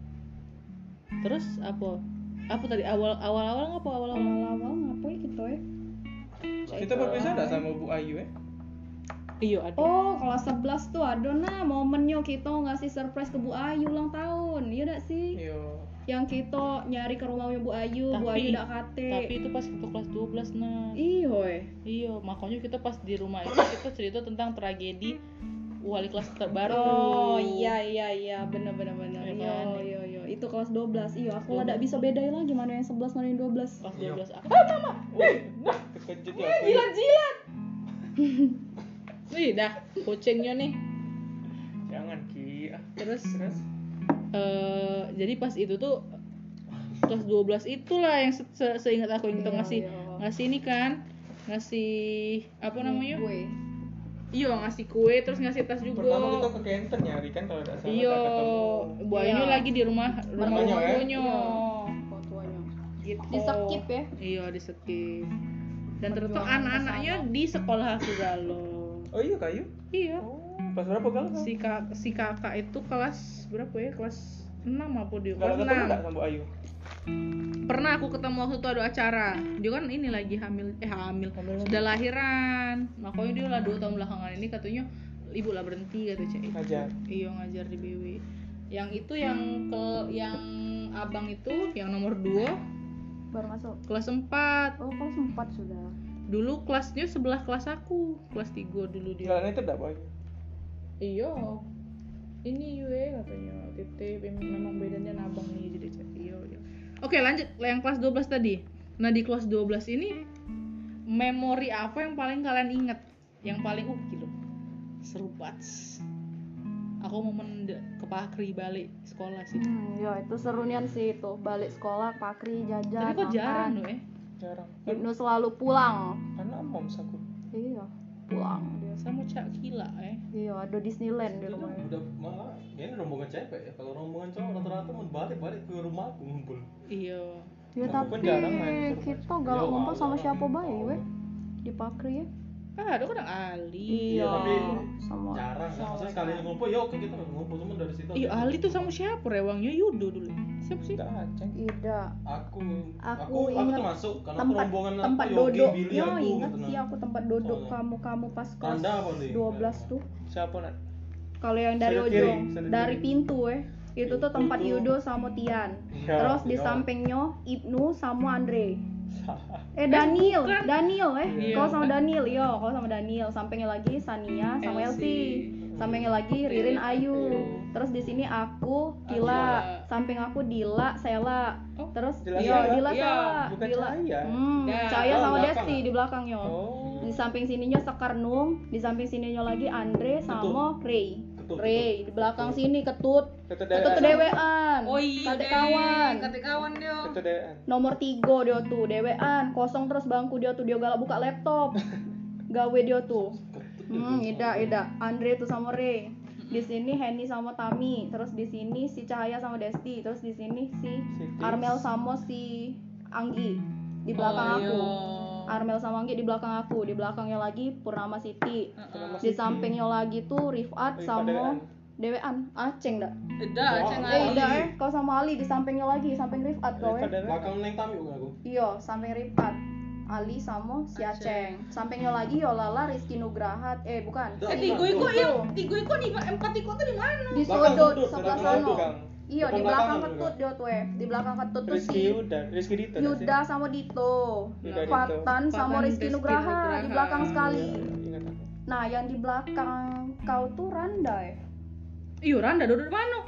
Terus apa? Apa tadi awal awal awal ngapa awal awal? Awal-awal ngapain kita ya? Kita berpisah tak sama Bu Ayu eh? Iya ada. Oh, kelas sebelas tuh ada nah momennya kita ngasih surprise ke Bu Ayu ulang tahun. Iya dak sih? Iya. Yang kita nyari ke rumahnya Bu Ayu, Bu Ayu dak kate. Tapi itu pas kita kelas dua belas nah. Iya, eh. Iya, makanya kita pas di rumah itu kita cerita tentang tragedi wali kelas terbaru. Oh iya iya iya bener bener bener. Iya Iya kan? iya iya itu kelas dua belas. Iya aku lah ndak bisa bedain lagi mana yang sebelas mana yang dua belas. Kelas Iya. dua belas. Ah, mama. Terkejut ya aku. Jilat-jilat. Wih, dah kucingnya nih. Jangan Ki. Ah, Terus Terus eh jadi pas itu tuh kelas dua belas itulah yang se- se- seingat aku yang kita Iya, ngasih iya. ngasih ini kan. Ngasih apa namanya? Gue. Iya, ngasih kue terus ngasih tas juga. pertama kita ke Kenten nyari kan kalau tidak salah Iya, tak ketemu. Bu Ayu Iya. lagi di rumah rumah Mertuanya, ya? tuanya. Iya. Fotonya. Gitu. Di skip ya. Iya, di skip. Dan ternyata Perjuangan anak-anaknya di sekolah aku galau. Oh iya kayu. Iya. Oh, kelas berapa kali? Si kak si kakak itu kelas berapa ya? Kelas enam apa dia? Kalau Kelas ketemu enam. enggak sama Bu Ayu? Pernah aku ketemu waktu itu ada acara. Dia kan ini lagi hamil eh hamil. Sudah lahiran. Makanya dia lah dua tahun belakangan ini katanya ibu lah berhenti kata Cek. Ngajar. Iya ngajar di B W. Yang itu yang ke yang abang itu yang nomor dua Baru masuk. kelas empat. Oh, kelas empat sudah. Dulu kelasnya sebelah kelas aku, kelas tiga dulu dia. Jalan itu enggak Bu Ayu? Iya. Ini yue katanya. Tete memang bedanya nabang nih jadi Cek. Iya, iya. Oke, lanjut yang kelas dua belas tadi. Nah, di kelas dua belas ini memori apa yang paling kalian inget? Yang paling uh gitu. Seru banget. Aku momen de- ke Pakri balik sekolah sih. Hmm, ya itu seru nian sih itu. Balik sekolah, pakri, jajan, Tapi kok jarang loh eh. Jarang. Ibnu selalu pulang. Karena moms aku. Iya, pulang dia. Sama Cak Kila eh. Iya, ada Disneyland di Itu rumahnya. udah malah ini rombongan cewek ya. Kalau rombongan cowok rata-rata mau balik-balik ke rumahku ngumpul. Iya. Ya Aku tapi pun jarang main ke rumah. kita galak Iya, ngumpul sama jarang. siapa bae weh di pakri ya. Ah, ada kadang Ali. Iya, tapi sama Jarang kan. sama Maksudnya sekali ngumpul ya oke kita ngumpul semua dari situ. Iya, Ali tuh sama siapa? Rewangnya Yudo dulu. Siapa sih? Enggak Aceng. Ida. Aku Aku aku aku ingat tuh masuk karena aku tempat rombongan tempat aku Yogi, duduk. Billy, Yo, aku ingat gitu, sih nah. aku tempat duduk Soalnya. kamu-kamu pas kelas Tanda apa nih? dua belas tuh. Siapa nak? Kalau yang dari Sebelah kiri, ujung, sebelah dari kiri. pintu eh. Itu tuh Pintu tempat tuh. Yudo sama Tian. Ya, Terus di ya. sampingnya Ibnu sama Andre. Eh Daniel, bukan. Daniel eh. Iya, Kau sama bukan. Daniel, yo, kau sama Daniel. Sampingnya lagi Sania sama Elsie. Elsie. Sampingnya lagi Ririn Ayu. Ayu. Terus di sini aku Kila, Dila. samping aku Dila, Sela. Oh, Terus Dila iya Sela? Dila Iya, Sela. bukan Dila. Cahaya. Hmm, Nah, Cahaya oh, sama belakang Desti ya? di belakangnya. Oh. Di samping sininya Sekarnung, di samping sininya lagi Andre sama Ray. Ketut, Ray, ketut. di belakang Ketut. sini Ketut. Ketut Ketut dewean. kedewean. Oh iya, Kate deh. kawan. Kate kawan dia. Ketut dewean. Nomor tiga dia tuh, dewean. Kosong terus bangku dia tuh, dia galak buka laptop. Gawe dia tuh. Ketut Hmm, gitu. Ida, Ida. Andre tuh sama Ray. Di sini Henny sama Tami. Terus di sini si Cahaya sama Desti. Terus di sini si Siti. Armel sama si Anggi di belakang Oh, aku. iya. Armel sama Anggi di belakang aku. Di belakangnya lagi Purnama Siti. Purnama Di Siti. sampingnya lagi tuh Rifat Rifat sama Dewean. Dewean. Aceng dah. Eda, Oh, Aceng Eh, Ali. Ida eh. Kau sama Ali di sampingnya lagi, samping Rifat kau Rifat eh. dewean. Belakang neng Tami bukan aku. Iya, samping Rifat. Ali sama si Aceng. Sampingnya lagi Yolala, Rizky Nugrahat. Eh, bukan. Eh, Dah, tigo bukan, iko tuh. yang tigo iko nih, empat iko tuh di mana? Di Belakang sudut sudut, sebelah belakang sana. sudut, Kang. Iya, di Depan belakang belakangan Ketut dia tuh eh. Di belakang Ketut tuh Rizky si Yuda, Rizky Dito. nggak sih? Yuda sama Dito. Yuda Dito. Fatan sama Fatan, Rizky Rizky Nugraha Nugraha. di belakang sekali. Iya, ingat aku. Nah, yang di belakang kau tuh Randa ya? Iya, Randa duduk di mana?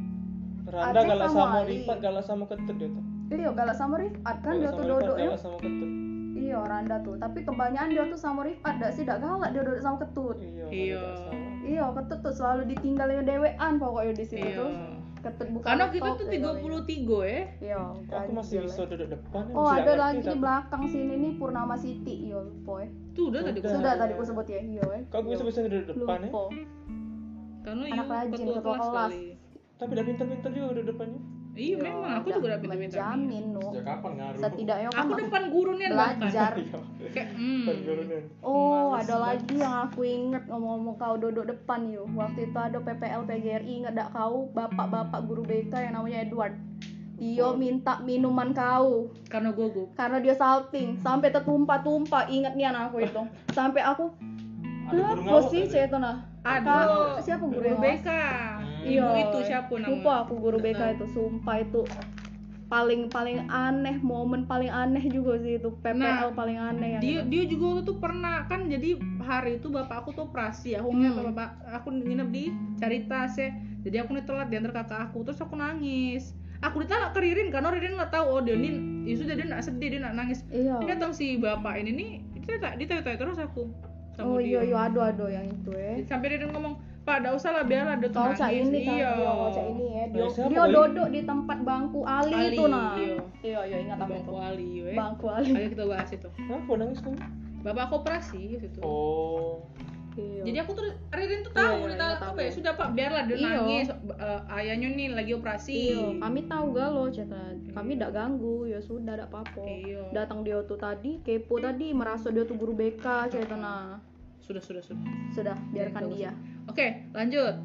Randa Aceng galak sama sama Ali. Rifat, galak sama Ketut dia tuh. Iya, galak sama Rifat kan Galak dia sama tuh Rifat, duduk ya. galak sama Ketut. Iya, Randa tuh. Tapi kebanyakan dia tuh sama Rifat, dak sih dak galak dia duduk sama Ketut. Iya. Iya. galak sama. Iya, Ketut tuh selalu ditinggalin dewean pokoknya di situ Iya. tuh. Ketut bukan Karena laptop, kita tuh dia tiga galaknya. puluh tiga ya. Iya, Aku masih ganjil, bisa ya. duduk depan. Oh, masih ada nggak lagi ngerti, di tapi- belakang sini nih Purnama Siti, iya, boy. Tuh udah tadi Sudah. Sudah tadi aku sebut ya, iya, eh. Kok aku bisa bisa duduk depan ya? Lupa. Karena Anak you rajin, ketua ketua kelas kelas. kali. Tapi udah pintar-pintar juga duduk depannya. Iya, memang aku juga udah pintar-pintar. menjamin no. Sejak kapan ngaruh? Setidaknya kan Aku depan gurunya bahkan. belajar. Kayak hmm. Pergaulan. Oh, Males ada lagi yang aku inget ngomong-ngomong kau duduk depan yuk. Waktu itu ada P P L P G R I, inget dak kau bapak-bapak guru B K yang namanya Edward. Dia minta minuman kau Karena gugup. karena dia salting sampai tertumpah-tumpah. Ingat nih anak aku itu. Sampai aku Ada guru apa ngawak sih ada? saya itu nah? Ada. Kak, siapa guru Guru yang B ngawas? K. Hmm. Ibu itu siapa namanya? Lupa aku guru B K itu, sumpah itu paling paling aneh, momen paling aneh juga sih itu, P P L Nah, paling aneh yang Dia itu. dia juga waktu itu pernah kan, jadi hari itu bapak aku tuh operasi. Aku nginep Hmm. bapak aku nginep di Caritas ya. Jadi aku nih telat diantar kakak aku, terus aku nangis. Aku ditanya ke Ririn karena Ririn nggak tahu oh dia ini ya sudah dia nggak sedih, dia nggak nangis. Iya. Datang si bapak ini nih, dia tak ditanya terus aku sama Oh dia. iya iya aduh aduh yang itu ya. Sampai Ririn ngomong, "Pak, enggak usah lah biar ada tuh Kau cak nangis." ini kan, Iya. iya, kau cak ini ya. Dia, Nah, siapa dia kali? duduk di tempat bangku Ali, Ali, itu nah. iya. Iya iya ingat aku Bangku itu. Ali, ya. Bangku Ali. Ayo kita bahas itu. Kenapa nangis kamu? Bapak aku operasi gitu. Oh. Iya. Jadi aku tuh Ririn tuh Iya, tahu, iya, dia tahu ingat apa aku. ya sudah Pak, biarlah dia Iya. nangis. Eh, ayahnya nih lagi operasi. Iya, kami tahu galau cerita. Kami tidak ganggu, ya sudah tidak apa-apa. Iya. Datang dia tuh tadi kepo tadi, merasa dia tuh guru B K cerita nah. Sudah sudah sudah. Sudah, biarkan Bagus. dia. Oke, lanjut.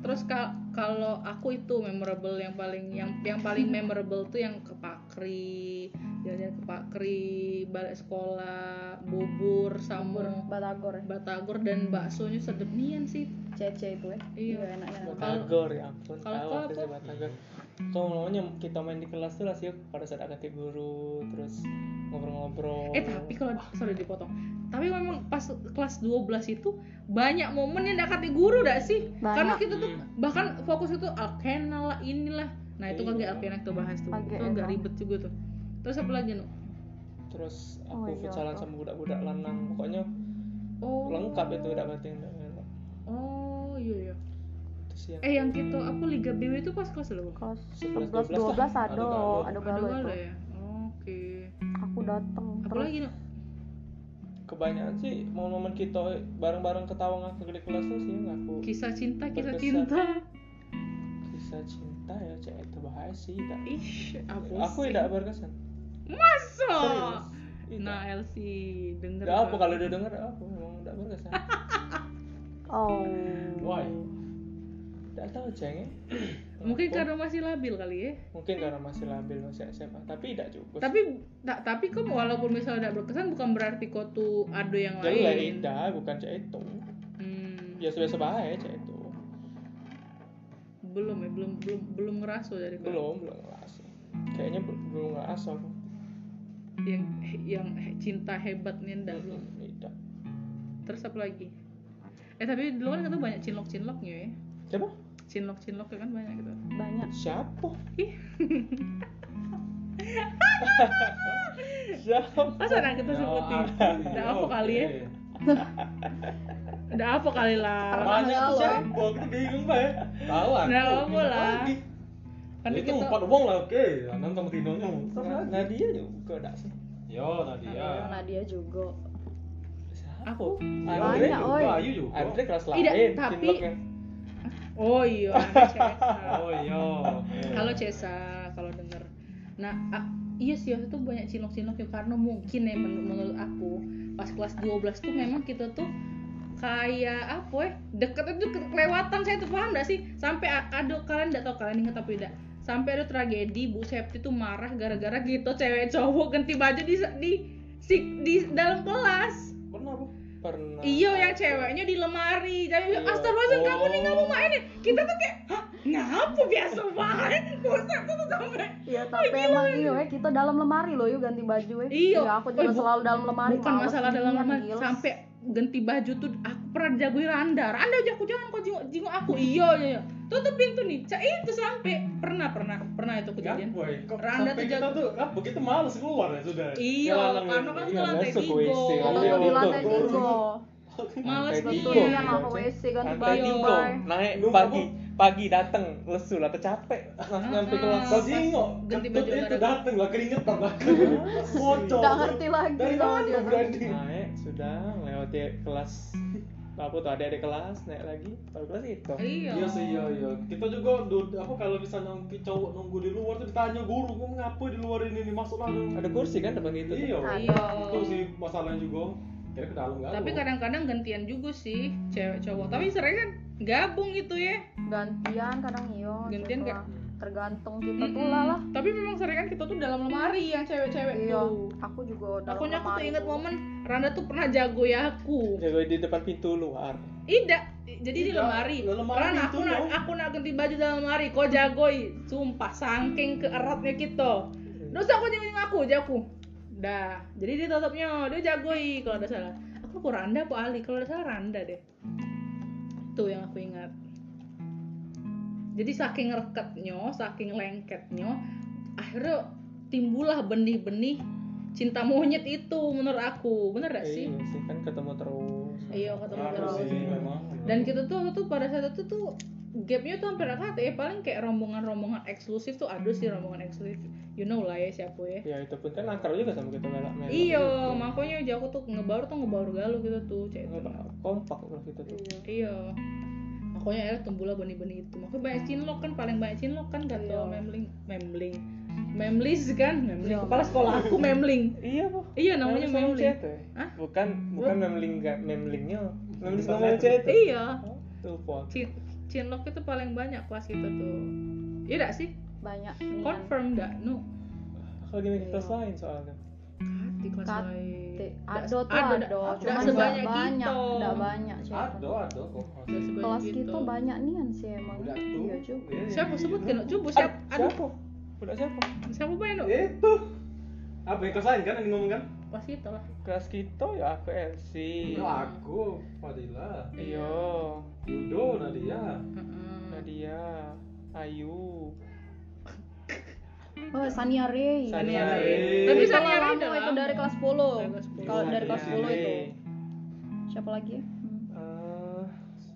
terus ka- kalau aku itu memorable yang paling yang yang paling memorable tuh yang ke Pakri, jalan ke Pakri, balik sekolah, bubur sama Batagor ya. batagor dan baksonya sedep nian sih. Cece itu ya. Iya. enak ya. Batagor ya ampun. kalau Tahu kau aku apa? sih Batagor. Kau namanya kita main di kelas tuh lah sih pada saat ganti guru terus ngobrol-ngobrol. Eh tapi kalau sorry dipotong. Tapi memang pas kelas dua belas itu banyak momen yang dekati guru dak sih? Banyak. Karena kita tuh bahkan fokus itu alkena lah inilah. Nah, itu kan Iya. gak alkena kita bahas tuh. Agak Itu agak emang. ribet juga tuh. Terus apa lagi, Nu? Terus Oh aku iya, futsalan tuh. sama budak-budak lanang. Pokoknya Oh. lengkap itu udah batin. Oh, iya iya. Terus yang Eh, yang kita apa Liga B W itu pas kelas berapa? Kelas sebelas, sebelas dua belas lah. ada, Ada galo. ada Ada galo itu. gala ya. Oke. Aku datang. Apa lagi, Nu? kebanyakan sih momen-momen kita bareng-bareng ketawa ngakak di kelas tuh sih ngaku Kisah cinta, kisah Berkesan. cinta. kisah cinta ya cek itu bahaya sih tak. Ih, apa Aku sih? tidak berkesan. Masa? Serius. Tidak. Nah, Elsie denger. Ya apa gak? kalau dia dengar apa memang tidak berkesan. Oh. Why? Tidak tahu ceng. Mungkin karena masih labil kali ya. mungkin karena masih labil masih S M A tapi tidak juga. Tapi tak tapi kok walaupun misalnya tidak berkesan bukan berarti kau tuh ada yang jelek lain. tidak bukan cek itu. Hmm, Biasa-biasa bahaya cek itu. belum ya, belum belum belum ngerasa dari kau. Belum belum ngerasa. Kayaknya bel- belum ngerasa aku. Yang yang cinta hebat nih ndak belum. Hmm, Tidak. Terus apa lagi? Eh tapi dulu kan kita banyak cinlok-cinloknya ya. Siapa? Cinlok-cinlok kan banyak gitu. Banyak. Siapa? Ih, Siapa? masa anak kita sebutin? Ndak apa kali ya? Ndak apa kali lah. Banyak tuh Halo. siapa? Aku bingung pak. Kawan. Ndak apa lah. Kan Itu kita empat wong lah, oke. Anan sama Tinonya. Nah, Nadia juga enggak sih. Yo, Nadia. Nadia juga. aku. Andre Banyak, juga. oi. Ayu juga. Andre kelas lain. Tidak, tapi- cinloknya. Oh iya, ada Cesa. Oh iya. Halo Cesa, kalau denger. Nah, a- iya sih waktu itu banyak cinlok-cinlok ya karena mungkin ya men- menurut aku pas kelas dua belas tuh memang kita tuh kayak apa ya deket itu ke- kelewatan saya tuh paham gak sih sampai a- ada kalian nggak tahu kalian inget tapi tidak sampai ada tragedi Bu Septi tuh marah gara-gara gitu cewek cowok ganti baju di di di, di dalam kelas. Pernah bu? Pernah. Iya yang ceweknya di lemari. Jadi Iya. astagfirullahaladzim kamu nih nggak mau Oh. main nih. Kita tuh kayak, hah ngapa biasa main? Buset tuh tuh sampai. Iya, tapi emang iya ya kita dalam lemari loh yuk ganti baju ya. Iya. aku juga Oh, bu- selalu dalam lemari. Bukan males masalah dalam nian, lemari. gila. Sampai ganti baju tuh aku pernah jagoin Randa. Randa aja aku jangan kau jinguk jinguk aku. Iya iya. iya. Tutup pintu nih. Cak itu sampai pernah pernah pernah itu kejadian. boy. Kok Randa sampai tuh kita jago- tuh apa kita malas keluar ya sudah. Iya, Jalan karena ya. kan Iya, ke lantai masuk ke W C, tiga. lantai Kalau di Iya, lantai betul. tiga. Males Lantai Betul tiga. ya mau W C ganti Lantai baju. tiga. Bye. Naik Lu pagi apa? pagi datang lesu lah capek langsung sampai Ah, kelas. ah. Kau jingok, Ganti ketut baju itu olahraga. dateng lah keringetan lah. Bocor. Nggak ngerti lagi Dari sama mana dia tuh. berani? Naik sudah melewati kelas apa tuh adik-adik kelas naik lagi baru kelas itu. Iya. Iya sih iya iya. Kita juga du- apa kalau misalnya cowok nunggu di luar tuh ditanya guru, kamu ngapa di luar ini nih masuklah dong. Ada kursi kan depan itu. Iya. Iya. Itu sih masalahnya juga. Kira ke dalam enggak. Tapi kadang-kadang gantian juga sih cewek cowok. Tapi sering kan gabung gitu ya. Gantian kadang iyo. Gantian gitu nggak? lah. Tergantung kita Mm-mm. tuh lah lah. Tapi memang sering kan kita tuh dalam lemari yang cewek-cewek Iya. tuh. Aku juga dalam Pokoknya aku tuh lemari inget tuh. momen Randa tuh pernah jago ya aku. Jago di depan pintu luar. Tidak, jadi di Tidak, lemari. di lemari Ran itu aku nak dong. aku nak ganti baju dalam lemari. Kau jagoi, sumpah saking keeratnya kita. Terus aku nyengin aku, jago. Dah, jadi dia tutupnya dia jagoi kalau ada salah. Aku kok Randa apa Ali? Kalau ada salah Randa deh. Tuh yang aku ingat. Jadi saking rekatnya, saking lengketnya, akhirnya timbullah benih-benih cinta monyet itu menurut aku. Bener gak sih? Iya sih kan ketemu terus. Iya, ketemu Harus terus. sih memang. Dan kita tuh waktu tuh pada saat itu tuh gapnya tuh hampir rata ya, paling kayak rombongan-rombongan eksklusif tuh ada sih rombongan eksklusif. You know lah ya siapa ya. Ya itu pun kan akar juga sama kita galak main. Iya, makanya aja aku tuh ngebaur tuh ngebaur galuh gitu tuh, cek itu. Kompak kalau kita tuh. Iya. Makanya ya tumbuhlah benih-benih itu. Makanya banyak cinlok kan, paling banyak cinlok kan kata Iya. memling, memling. Memlis kan, memling. Iya. Kepala sekolah aku memling. Iya bu. Iya namanya Memling memling. chat, ya? Hah? Bukan bukan memling enggak memlingnya. Memling sama Iya. chat. Tuh pot. Cin- cinlok itu paling banyak kelas kita tuh. Iya enggak sih? Banyak nih kan. Confirm enggak? No. Kalau gini kita lain soalnya. Di kelas Kat- lain. Ado tuh Ada, ado, ada. cuma Nggak nggak sebanyak banyak, gitu. nggak banyak cewek. Ada, ada kok. Nggak sebanyak Kelas gitu. kita banyak nian sih emang. Udah tuh. Iya juga. Siapa sebutin? Coba siapa? Aduh, Siapa? Udah siapa? siapa banyak no? Itu. Apa yang kelas lain kan yang ngomong kan? Kelas kita lah. Kelas kita ya aku Elsie. Ya aku, Fadila, Iya. Yudo, Nadia. Heeh. Nadia, Ayu. Oh, Sania Ray. Sania Ray. Ray. Tapi Itu Sania Ray lama, udah itu lama. dari kelas sepuluh. Dari kelas sepuluh. Kalau dari Sania kelas sepuluh Ray. itu. Siapa lagi ya? Hmm. Eh,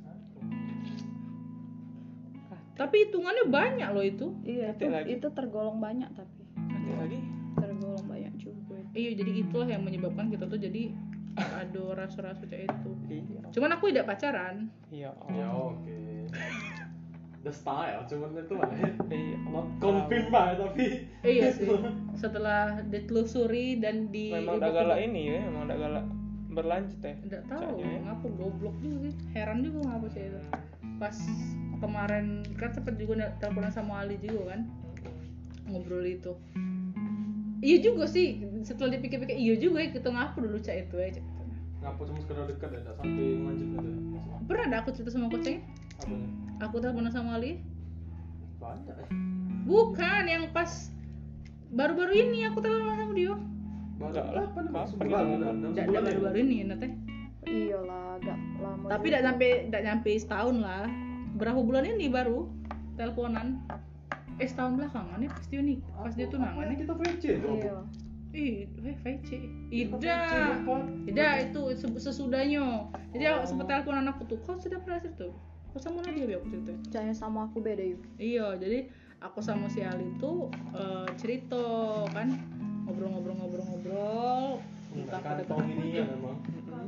Tapi hitungannya banyak loh itu. Iya, itu, Nanti lagi. itu tergolong banyak tapi. nanti lagi. Tergolong banyak juga. Iya, jadi itulah yang menyebabkan kita tuh jadi ada rasa-rasa kayak itu. Iya. Cuman aku tidak pacaran. Iya. Ya oke. The style, cuman itu lah ya. Iya. Not confirm lah tapi. Iya sih. Setelah ditelusuri dan di Memang udah galak ini ya, memang udah galak berlanjut ya. Enggak tahu Caknya ya. ngapa goblok juga sih. Heran juga ngapa sih itu. Pas kemarin kan sempet juga na- teleponan sama Ali juga kan. Ngobrol itu. Iya juga sih, setelah dipikir-pikir iya juga ya kita ngapa dulu cak itu ya. Cak. Ngapa cuma sekedar dekat ya, enggak sampai lanjut gitu. Pernah ada aku cerita sama coachnya? Apa nih? Aku teleponan sama Ali? Banyak ya. Bukan, yang pas baru-baru ini aku teleponan sama dia. Baru Enggak lah. kapan? Kapan Sebulan itu? kan? Dalam Tidak sebulan ya? baru-baru ini nanti. Iyalah, agak lama. Tapi juga. tidak sampai tidak nyampe setahun lah. Berapa bulan ini baru teleponan? Eh setahun belakangan ya pasti nih, pas dia tunangan Apa ya. yang kita V C tuh? Iya. Ih, V C. Kita Ida. V C, lupa. Ida itu se- sesudahnya. Jadi aku sempat telepon anakku tuh, kau sudah pernah cerita? Kau sama Nadia biar aku cerita. Jangan sama aku beda yuk. Iya, jadi aku sama si Ali tuh eh, cerita kan, ngobrol-ngobrol-ngobrol-ngobrol tentang Kantong kedekatan ini ya memang.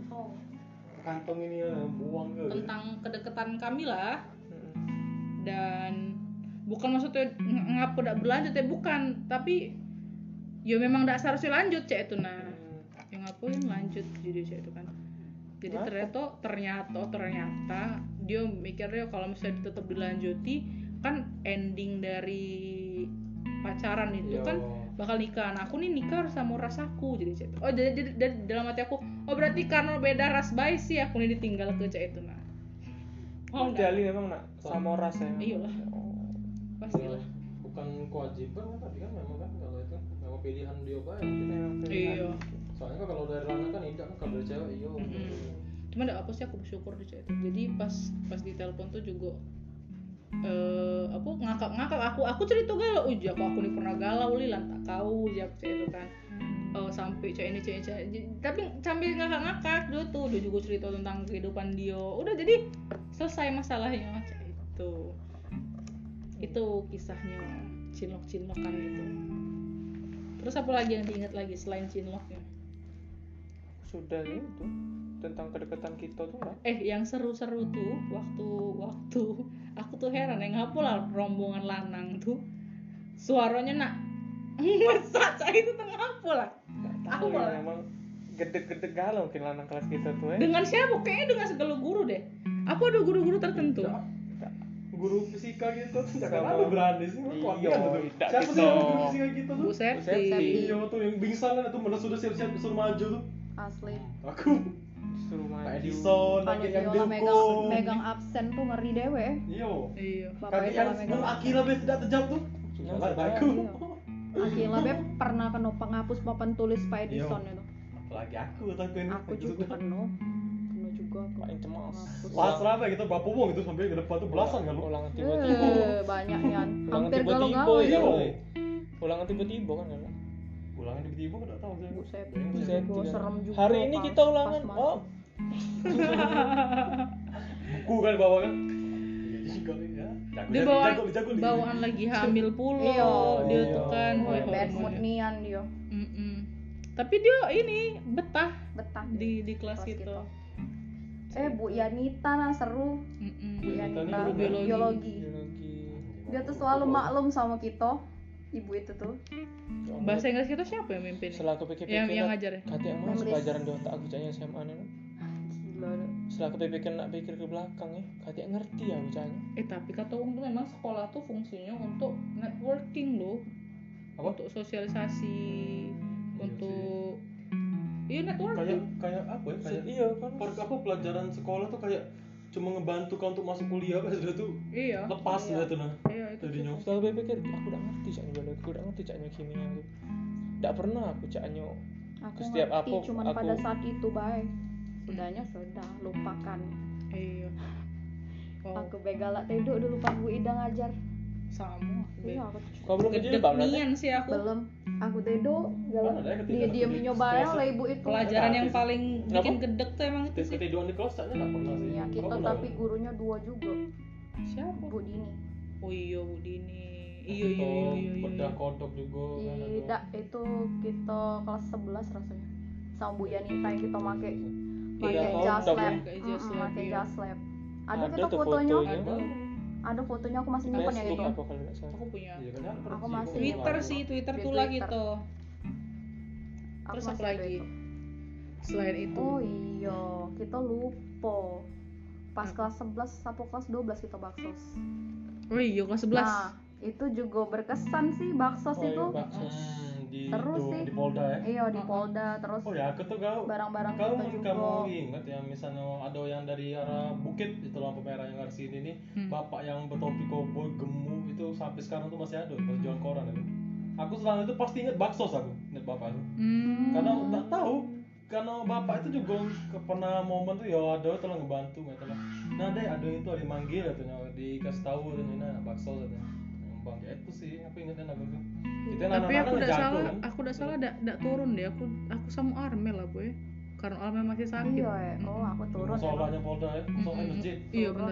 Kantong ini ya buang ke. tentang kedekatan kami lah. Mm-mm. Dan bukan maksudnya ng- ngapa udah berlanjut ya bukan, tapi ya memang tidak seharusnya lanjut cek itu nah. Yang ngapain lanjut jadi cek itu kan. Jadi Kenapa? ternyata ternyata ternyata dia mikirnya kalau misalnya tetap dilanjuti kan ending dari pacaran itu Yo. kan bakal nikah. Nah, aku nih nikah harus sama rasaku jadi cek itu. Oh jadi, jadi, jadi dalam hati aku oh berarti karena beda ras bayi sih aku nih ditinggal ke cek itu nah. Oh, enggak. Dali memang nak sama ras ya. Iyalah. Oh. Pastilah. Bukan kewajiban kan tapi kan memang kan kalau itu memang pilihan dia baik. Memang pilihan. Iya. Soalnya kan kalau dari lanang kan tidak kan kalau dari cewek iya. Mm-mm. Cuma enggak apa sih aku bersyukur di chat itu. Jadi pas pas di telepon tuh juga eh apa ngakak-ngakak aku aku cerita galau uji aku aku nih pernah galau li lantak kau uji aku cerita itu kan. Eh sampai cewek ini cewek cewek J- tapi sambil ngakak-ngakak dia tuh dia juga cerita tentang kehidupan dia. Udah jadi selesai masalahnya cek itu. Itu kisahnya cinlok-cinlokan gitu. Terus apa lagi yang diingat lagi selain cinloknya? Sudah itu tentang kedekatan kita tuh lah. Eh yang seru-seru tuh waktu waktu aku tuh heran yang ngapa lah rombongan lanang tuh suaranya nak mesat saya itu tengah apa lah Tahu Apa? ya, memang gede-gede galau mungkin lanang kelas kita tuh ya. dengan siapa kayaknya dengan segala guru deh apa ada guru-guru tertentu Guru fisika gitu tuh Sama- jangan ada berani sih Iya, kelakuan tuh. tidak Siapa sih gitu. yang guru fisika gitu tuh? Bu Septi Septi. Iya tuh yang pingsan kan itu mana sudah siap-siap suruh maju tuh. Asli. Aku Suruh Pak maju. Edison, Kalau lagi yang Viola megang dihukum. megang absen tuh ngeri dewe. Iya. iya Bapak Kaki Viola yang megang sebelum absen. akhirnya be tidak terjawab tuh. Nah, Salah sudah, aku. Iya. Akhirnya Beb pernah kena penghapus papan tulis Pak Edison Iya. itu. Apalagi aku takut ini. Aku juga kena. Kena juga aku. Paling cemas. Penghapus. Pasrah be kita bapak wong itu sampai ke depan tuh belasan kan lu. Ulangan tiba-tiba. Eh, banyak Yan. Ulangan Hampir tiba-tiba galau-galau ya itu. kalau. Ulangan tiba-tiba kan kan. Ulangan tiba-tiba enggak tahu saya. Buset. Buset, Gua tiga. serem juga. Hari ini pas- kita ulangan. pas Oh, masuk. Buku kan bawa kan. Iya juga ya. Jago, dia jago, bawaan jago, jago, jago. bawaan lagi hamil pula Iya. dia Iya. tuh kan Oh, woi, bad mood hormonnya. nian dia. Mm-mm. Tapi dia ini betah Betah di di kelas Kelas gitu. Eh Bu Yanita nah seru. Mm-mm. Bu Yanita Yanita guru biologi. biologi. biologi. Dia tuh selalu maklum sama kita. Ibu itu tuh. Bahasa Inggris kita siapa yang mimpin? Setelah aku pikir-pikir Yang- yang ngajar ya? kata yang masuk Nulis. pelajaran di otak aku cahaya S M A nih. Gila. setelah aku pikir nak pikir ke belakang ya katanya ngerti ya bacanya. Eh tapi kata orang tuh memang sekolah tuh fungsinya untuk networking loh. Apa? Untuk sosialisasi, Iya untuk iya kayak networking. kayak apa ya kayak Iya kan. per apa pelajaran sekolah tuh kayak cuma ngebantu kau untuk masuk kuliah pas sudah tuh Iya. lepas Iya. udah tuh nah Iya itu. jadinya. Setelah aku pikir aku udah ngerti caknya biologi, aku udah ngerti caknya kimia tuh. Nggak pernah aku caknya. Aku Setiap ngerti aku- cuman aku- pada saat itu baik. Sudahnya sudah lupakan. Iya. Oh, Aku begalak teduk dulu pas Bu Ida ngajar. sama. Iya, aku Kau belum kejilbab nanti? Kedenian sih aku. belum. Aku teduk galak. Ada ya ketika Dia dia di nyoba kelas lah ibu itu. Pelajaran yang Apa? paling Kenapa? bikin gedek tuh emang itu sih. ketiduran di kelas caknya nggak pernah sih. Iya, Kau kita pernah? tapi gurunya dua juga. Siapa? Bu Dini. Oh iya Bu Dini. Iya iya iya iya. iya. bedah kodok juga kan ada. Tidak, itu kita kelas sebelas rasanya. Sama Bu Yanita yang kita make pakai Iya, jas kodok lab. ya. Pakai jas Mm-mm, lab, pakai iya. jas lab. Ada, Ada kita tuh fotonya. fotonya. Ada. Ada fotonya aku masih nyimpen yang Facebook itu. apa kalau nggak salah. Aku punya. Iya kan ada Aku pergi, masih- kok Twitter lama. sih, Twitter Di tuh Twitter. lagi tuh. Aku Terus masih apa ada lagi? itu. Selain itu. Oh iya, kita lupa. Pas Apa? kelas sebelas sampai kelas dua belas kita baksos. Oh iya kelas sebelas. Nah, itu juga berkesan sih baksos Oh, iya, itu. baksos. Hmm, di Seru itu, sih. di Polda ya. Iya, di Polda terus Oh ya, aku tuh kau barang-barang kau kita juga. kamu ingat ya misalnya ada yang dari arah Bukit itu lampu merah yang arah sini nih Hmm. bapak yang bertopi koboi gemuk itu sampai sekarang tuh masih ada masih jual koran itu. Aku selama itu pasti ingat baksos aku ingat bapak itu Hmm. karena tak tahu karena bapak itu juga ke- pernah momen tuh ya ada telah ngebantu nggak telah nah deh ada itu ada dimanggil katanya dikasih tahu katanya nah baksos katanya bang ya itu sih aku ingatnya aku tuh kita Tapi anak-anak aku udah ngejago, salah, kan. aku udah salah dak dak turun deh. Aku aku sama Armel lah boy. Karena Armel masih sakit. Iya, ya. Oh, aku turun ya. Musolanya Polda ya musolanya Mm-mm. masjid Iya Turun. bener.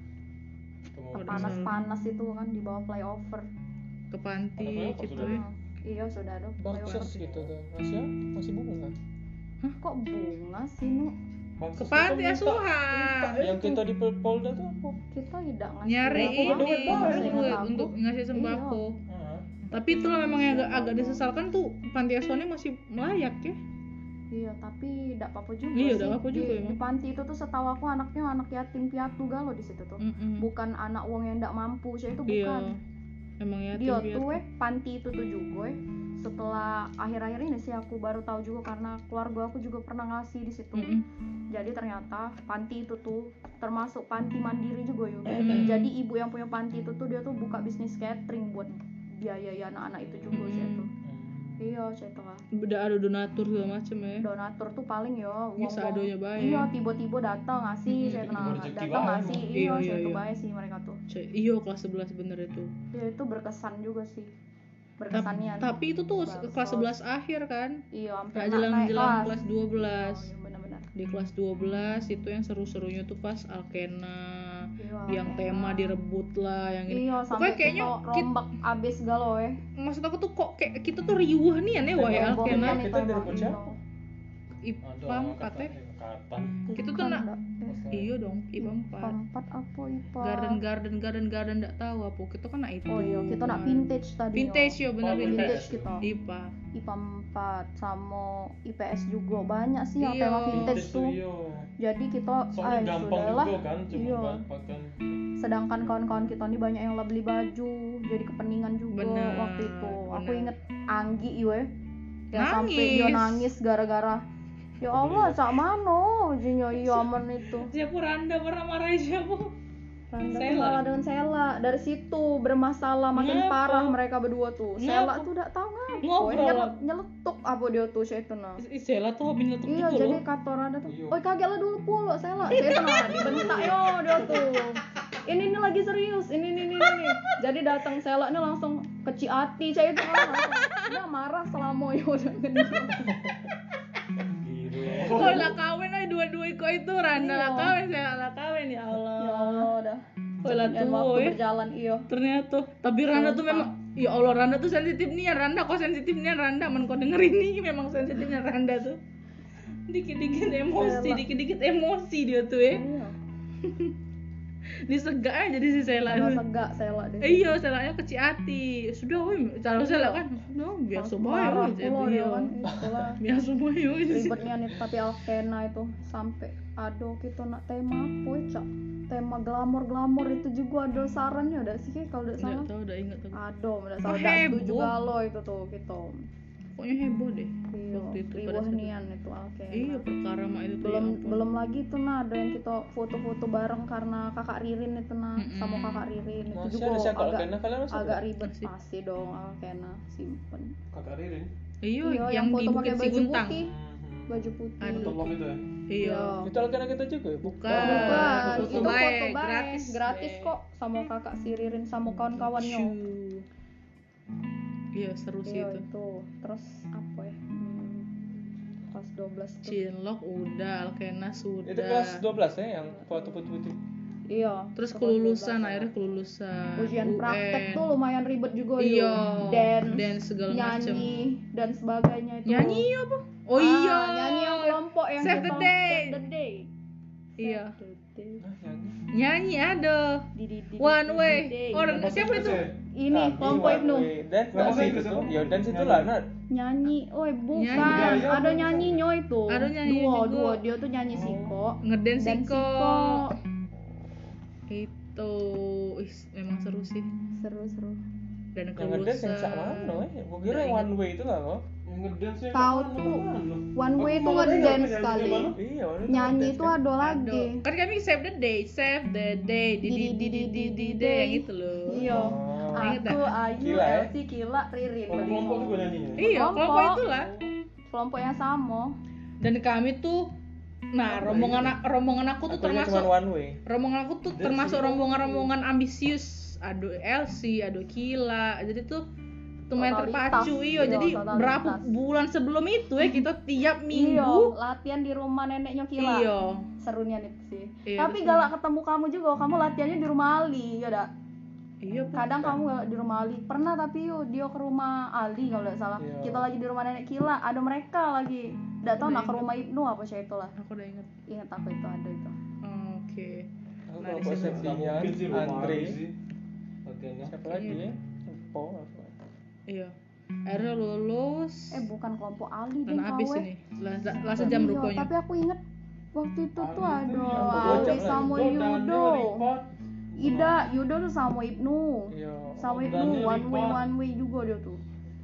Ketemu Udah Panas-panas itu kan di bawah flyover. Ke panti Ada apa gitu sudah? ya. Hmm. Iya, sudah ada Baksos flyover. gitu tuh. Masih masih bunga. Kok bunga sih, Nu? Baksos Ke itu panti minta- asuhan. Yang kita di Pol- Polda tuh apa? Kita tidak ngasih Nyari aku ini duit, duit, Bang, seingat aku. untuk ngasih sembako. Heeh. Tapi itulah memang yang agak, agak disesalkan tuh panti asuhannya masih layak ya. Iya, tapi tidak apa-apa juga Iya, sih. nggak apa-apa juga di, emang. di panti itu tuh setahu aku anaknya anak yatim piatu galau di situ tuh. Mm-mm. Bukan anak wong yang tidak mampu, saya itu Iya. bukan. Emang ya Dia tuh eh panti itu tuh juga eh, setelah akhir-akhir ini sih aku baru tahu juga karena keluarga aku juga pernah ngasih di situ. Jadi ternyata panti itu tuh termasuk panti mandiri juga yuk. Mm-mm. Jadi ibu yang punya panti itu tuh dia tuh buka bisnis catering buat biayai anak-anak itu juga Mm-mm. saya tuh. Iya, saya tuh lah. Udah ada donatur segala macem ya. Donatur tuh paling ya Ya, seadanya bae. Iya, tiba-tiba datang ngasih, Mm-mm, saya tiba-tiba tenang rezeki datang bae ngasih. emang. Iya, Iya, saya iya, tuh iya. baik sih mereka tuh. Cek, iyo kelas sebelas bener itu. Ya itu berkesan juga sih. Tap- Berkesannya. tapi itu tuh Baksos. kelas sebelas akhir kan. Iya, hampir Gak nak jelang naik jelang kelas. kelas dua belas. Oh, iya, benar-benar. Di kelas dua belas itu yang seru-serunya tuh pas Alkena, Iya, yang enak. tema direbut lah, yang ini. Iya, sampai Pokoknya kayaknya kita kit- rombak abis galau ya. maksud aku tuh kok kayak kita tuh riuh nih ya wah ya Heboh Alkena. kan Kita itu emang, direbut iya. siapa? I P A Ada empat ya. angkatan Kita tuh Bukan, nak Dak. Eh, iya dong I P A empat. Empat apa I P A? Garden garden garden garden enggak tahu apa. Kita kan nak itu. Oh iya, kita nak vintage tadi. Vintage ya benar Oh, vintage. Vintage kita. I P A. I P A empat sama I P S juga banyak sih yang Iya. tema vintage Vintage tuh. iya. Jadi kita Soalnya ah, gampang sudahlah. juga kan cuma Iya. pakai Sedangkan kawan-kawan kita nih banyak yang lah beli baju, jadi kepeningan juga Bener, waktu itu. Aku bener. inget Anggi iwe yang Nangis. sampai dia nangis gara-gara ya Allah cak mano jinya iya aman itu. Siapa Randa pernah marahin siapa? Randa Sela. kenalan dengan Sela. Dari situ bermasalah makin Ngapa? parah mereka berdua tuh. Sela Ngapa? tuh udah tahu ngapa. Ngobrol. Nyel- nyeletuk apa dia tuh saya itu nah. Ih, Sela tuh hobi nyetuk Iya, gitu jadi loh. kata Randa tuh, Iya. "Oi, kaget lah dulu pula Sela." Saya itu nah dibentak yo dia tuh. Ini ini lagi serius. Ini ini ini ini. Jadi datang Sela ini langsung kecil hati saya itu ah, langsung. Dia marah selama yo udah gede. gitu. Oh lah kawin aja dua-dua iko itu Randa Iya. lah kawin Sela lah kawin ya Allah. Ya Allah dah. Oh lah Dan tuh waktu eh. berjalan iyo. Ternyata tapi Randa tuh Sumpah. memang ya Allah Randa tuh sensitif nih Randa kok sensitifnya Randa men kok denger ini memang sensitifnya Randa tuh. Dikit-dikit emosi, Sela. dikit-dikit emosi dia tuh ya. Iya. disegak aja di si Sela Sama itu. segak selak deh. Eh, iya, selaknya kecil hati. Sudah, woi, kalau selak kan, no, biar semua ya, Marah woi, pula dia iya. kan. Itulah Biar semua ya, woi. ribetnya nih, tapi Alkena itu sampai aduh kita nak tema apa ya, Cak? Tema glamor-glamor itu juga ada sarannya udah sih kalau udah Nggak salah. tahu, udah ingat aku. Aduh, udah Oh, salah udah setuju heboh. galau itu tuh gitu. Pokoknya heboh deh. Iya, Waktu itu pada riwah saat- nian itu Alkena. Iya, perkara mak itu tuh. belum ya ampun. belum lagi tuh nah ada yang kita foto-foto bareng karena kakak Ririn itu nah Mm-mm. sama kakak Ririn itu Masih juga ada siapa agak Alkena kalian masih agak ada? ribet Masih. pasti dong Alkena simpen. Kakak Ririn. Iya, Iya, yang, yang di foto pakai Bukit baju Siguntang. putih. Baju putih. Aduh. Tolong itu ya. Iya. Itu Alkena kita juga ya? Bukan. Bukan, Foto itu baik, foto baik, gratis. gratis kok sama kakak si Ririn sama kawan-kawannya. Shoo. Iya, seru sih Iya itu. itu. Terus apa ya? Hmm, kelas dua belas tuh. Cinlok udah, Alkena sudah. Itu kelas dua belas ya yang foto putih-putih. Iya. Terus kelas kelulusan, dua belas. akhirnya kelulusan. Ujian U N. praktek tuh lumayan ribet juga Iya. yuk. Dance, Dance segala macem. nyanyi dan sebagainya itu. Nyanyi apa? Oh Ah, iya. nyanyi yang kelompok yang Save the kita- day. Save the day. Iya. Save the day. Nah, yang Nyanyi ada. Di, di, di, One di, way. di, day. Orang Bahasa siapa Inggris itu? ya? Ini Kami kelompok one Ibnu. way. Dance Bahasa bahasa Inggris itu. apa? Ya dance itulah, Nat. Nyanyi, oi bukan, Nyanyi. ada nyanyinya itu. Ada nyanyi Duo, juga. duo dia tuh nyanyi siko. Ngedance Dan siko. siko. Itu, ih, memang seru sih. Seru-seru. Dan Yang ngedance yang sak kelulusan. mana ya? Gua kira yang one way itu lah kok. Yang ngedance yang Tahu mana, tuh, mana? one way Aku tuh malah ingat ngedance penyanyinya kali. mana. Iya, one way Nyanyi ngedance itu kan. ada lagi. Aduh. Kan kami save the day, save the day, di di di di di di day yang itu loh. Iya. Oh. Ingat Aku, dah? Ayu, Gila, ya? Elsie, Kila, Ririn. Oh, kelompok juga nyanyinya. Iya, Kelompok. kelompok itulah. Kelompok yang sama. Dan kami tuh, nah rombongan rombongan aku tuh Aku ingat termasuk cuma one way. rombongan aku tuh Dan termasuk si- rombongan-rombongan ambisius. Aduh Elsie, aduh Kila. Jadi tuh lumayan Totalitas. terpacu iya. Iya, Jadi totalitas. berapa bulan sebelum itu ya kita tiap Iya, minggu. latihan di rumah neneknya Kila. Iya. Serunya itu sih. Iya, Tapi itu galak ketemu kamu juga, kamu latihannya di rumah Ali, ya dak. Iya. Bu. Kadang kamu galak di rumah Ali. Pernah tapi yuk dia ke rumah Ali kalau nggak salah. Iya. Kita lagi di rumah nenek Kila, ada mereka lagi. Nggak tahu nak ke rumah Ibnu apa sih itulah. Aku udah inget. Ingat aku itu ada itu. Oke. Aku Nah, kalau di situ. Septian, Nggak mungkin sih rumah Andre, Ali sih. Latihannya. siapa lagi Iya. ya? Po apa? Iya. Akhirnya lulus. Eh bukan kelompok Ali Dan deh habis kawe. ini. Lah lah sejam Iya, rupanya. tapi aku inget waktu itu tuh Ali ada tuh yang dua jam Ali lah. sama Yudo, Daniel, Yudo. Rifat. Ida, Yudo tuh sama Ibnu. Iya. Sama Ibnu Daniel, one way Rifat. one way juga dia tuh.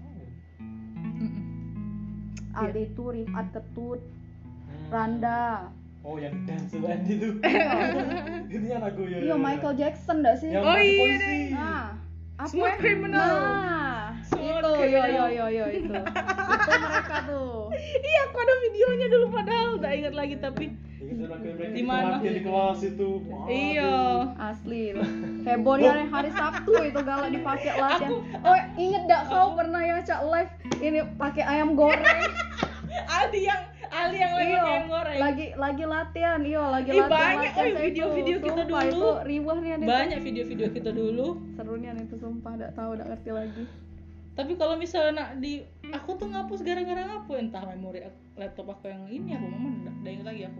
Mm-mm. Ali tuh Rifat Ketut, Hmm. Randa. Oh, yang dance band itu. Ini anak gue ya. Iya ya, ya. Michael Jackson dah sih. Yang Oh, pakai iya, polisi. Nah, apa Smooth ya? Criminal. Nah, Smooth itu yo Criminal. yo yo yo itu. Itu mereka tuh. Iya, aku ada videonya dulu padahal udah ingat lagi tapi Ingat anak gue mereka Di itu mana? latihan di kelas itu. Waduh. iya. Asli itu. Hebohnya hari Sabtu itu galak dipakai latihan. Oh, inget gak kau pernah ya cak live ini pakai ayam goreng? Ali yang Ali yang lagi Iya, ayam goreng. lagi lagi latihan, iya lagi Ih, latihan. banyak, latihan oh, saya video-video itu. kita Sumpah, dulu. Itu riwah nih itu. Banyak video-video kita dulu. Serunya itu sumpah, enggak tahu, enggak ngerti lagi. Tapi kalau misalnya nak di aku tuh ngapus gara-gara ngapus entah memori aku- laptop aku yang ini apa mama udah udah ingat lagi aku.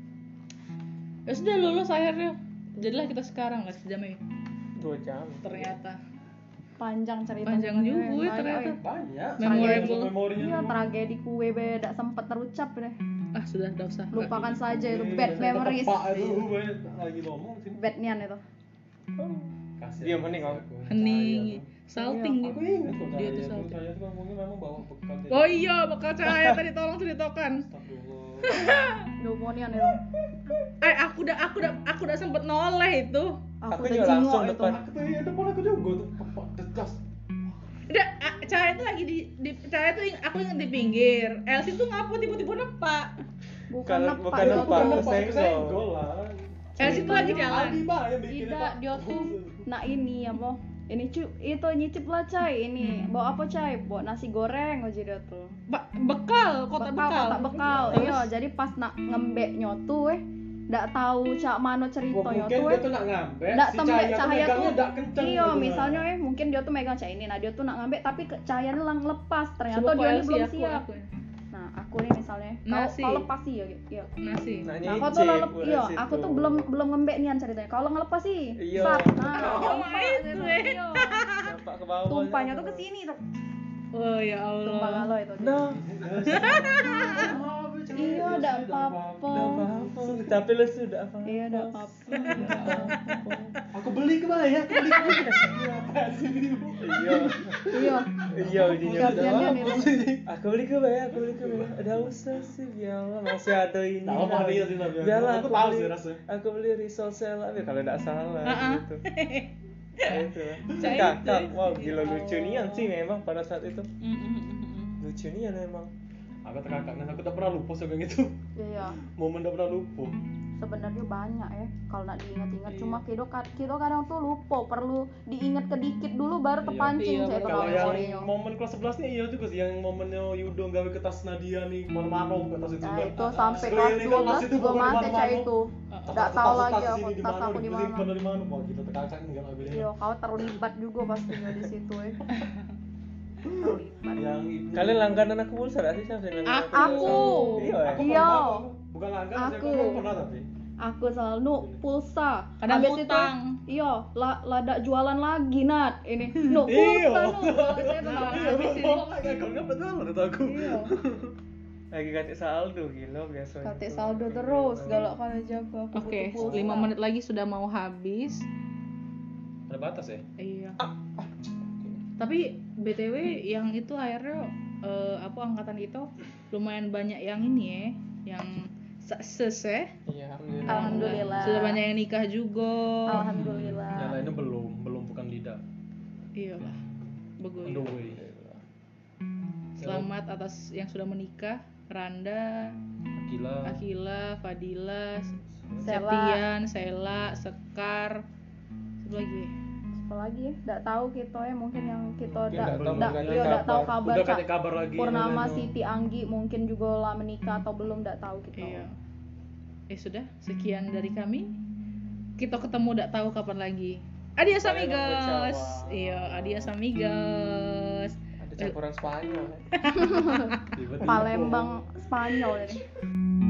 Ya sudah lulus akhirnya. Jadilah kita sekarang lah sejam ini. Dua jam. Ternyata Panjang cerita. panjang juga ya ternyata. Banyak. Memorable. Memorinya. Iya, tuh. tragedi kue beda sempet terucap deh. Ah sudah enggak usah. Lupakan saja itu Iya, bad saya memories. ketepak itu banyak lagi ngomong sih. Bad nian itu. Kasihan Diam, hening, aku. Om. Hening, Cahaya tuh. salting Iya, Aku dia. ingat kok Dia Cahaya tuh tuh. salting. Cahaya tuh ngomongnya memang bawa bekal. dari- Oh iya, bakal cahaya tadi tolong ceritakan. Astagfirullah. Pneumonia itu. Eh aku udah aku udah aku udah sempet noleh itu. Aku, Aku udah juga jingok langsung itu. depan. Aku tuh ya depan aku juga tuh pepak dedas. Udah ah, cahaya tuh lagi di, di cahaya tuh ing- aku inget di pinggir. Elsie tuh ngapu tiba-tiba nepak. Bukan Bukan- nepak, bukan dia nepak. tuh- Kesenggol. Kesenggol lah. Elsie tuh lagi jalan. Aldi bah yang bikin Tidak, dia tuh nah ini ya mau ini cu itu nyicip lah cai ini bawa apa cai bawa nasi goreng aja dia tuh Ba- bekal, kotak bekal. kotak bekal Terus? iya jadi pas nak ngembek nyotu eh ndak tahu cak mano cerita Mungkin nyotu dia eh tuh nak ngambek, ndak si tembek cahaya tuh cahaya tuh megangnya ndak kenceng iya gitu, misalnya nah. eh mungkin dia tuh megang cai ini nah dia tuh nak ngambek tapi ke, cahayanya lang lepas ternyata Coba kok dia ini Elsie, belum aku- siap aku ya. nah aku nih misalnya. Kau Nasi. kau lepas sih ya, iya. Nasi. Nah, Nah, kau tuh nyicip lelep, udah iya, situ. aku tuh belum belum ngembek nian ceritanya. Kalau ngelepas sih, Iya. sat. Nah, Oh, tumpah itu, gitu, eh. iya. Nampak ke bawah. Tumpahnya tuh ke sini tuh. Oh ya Tumpah Allah. galau itu. Nah, Iya, enggak apa-apa. udah apa-apa. Tapi lu sudah apa? Iya, enggak apa-apa. Aku beli kebaya, aku beli kebaya. Apa sih ini? Iya. Iya. Iya, ujungnya udah Kasihan dia apa nih. sih? Aku beli kebaya, aku beli kebaya. Ada usah sih, biarlah masih ada ini. Tahu apa dia sih, Nabi? Biarlah Aku aku tahu beli- sih rasanya. Aku beli risol sela kalau enggak salah Ah-ah. gitu. Itu. Cah Kakak, itu. wow gila lucu nian sih memang pada saat itu. Mm, mm, mm, mm. Lucu nian memang. Aku terkakak, nah aku tak pernah lupa soal gitu. Iya. Momen tak pernah lupa. Sebenarnya banyak ya kalau nak diingat-ingat. Iya. Cuma kita kita kadang tuh lupa, perlu diingat kedikit dulu baru Iya. terpancing Iya, saya tuh Kalau yang memorinya. momen kelas sebelas nih iya juga sih, yang momennya Yudo gawe ke tas Nadia nih kemana-mana ke tas itu Nah kan. itu sampai Sekali kelas ini kan dua tas belas itu gue bawa masih kemana-mana. cah itu. Tas- Nggak tas- tahu tas- lagi tas aku ini di tas mana, aku di disimpan mana. dari mana. Wah kita terkakak nih kalau beli. Iya, kau terlibat juga pastinya di situ ya. Terlibat. Yang itu. Kalian langganan aku pulsa enggak sih siapa yang langganan Aku. pulsa? Iya. Aku ya? Iya. pernah. Bukan langganan, saya Aku. kan pernah tapi. Aku selalu pulsa. Kadang Habis utang. itu, iya, la, lada jualan lagi Nat. Ini, no Iya. pulsa no. Saya tuh Nah, nggak habis bisa. ini. Kalau nggak betul menurut aku. Iya. Lagi kasih saldo gila biasanya. Katik saldo terus, galak kan aja aku. aku Oke, butuh pulsa. lima menit lagi sudah mau habis. Ada batas ya? Iya. Tapi B T W yang itu akhirnya eh, apa angkatan itu lumayan banyak yang ini ya, yang sukses ya. Iya, alhamdulillah. Alhamdulillah. Sudah banyak yang nikah juga. Alhamdulillah. Yang lainnya belum, belum bukan lidah. Iyalah. On the Bagus. way. Selamat atas yang sudah menikah, Randa, Akila. Akila, Fadila, Sela. Septian, Sela, Sekar, satu lagi. Apalagi ya, nggak tahu kita ya mungkin yang kita Mungkin nggak nggak tahu, nggak nggak iya, ada nggak tahu kabar. kabar Udah Cak. kasih kabar lagi. Purnama Nano. Siti Anggi mungkin juga lah menikah atau belum nggak tahu kita. Iya. Eh sudah, sekian dari kami. Kita ketemu nggak tahu kapan lagi. Adios Saling amigos. membaca. Iya, adios amigos. Ada campuran Spanyol. Tiba-tiba. Palembang Spanyol ini.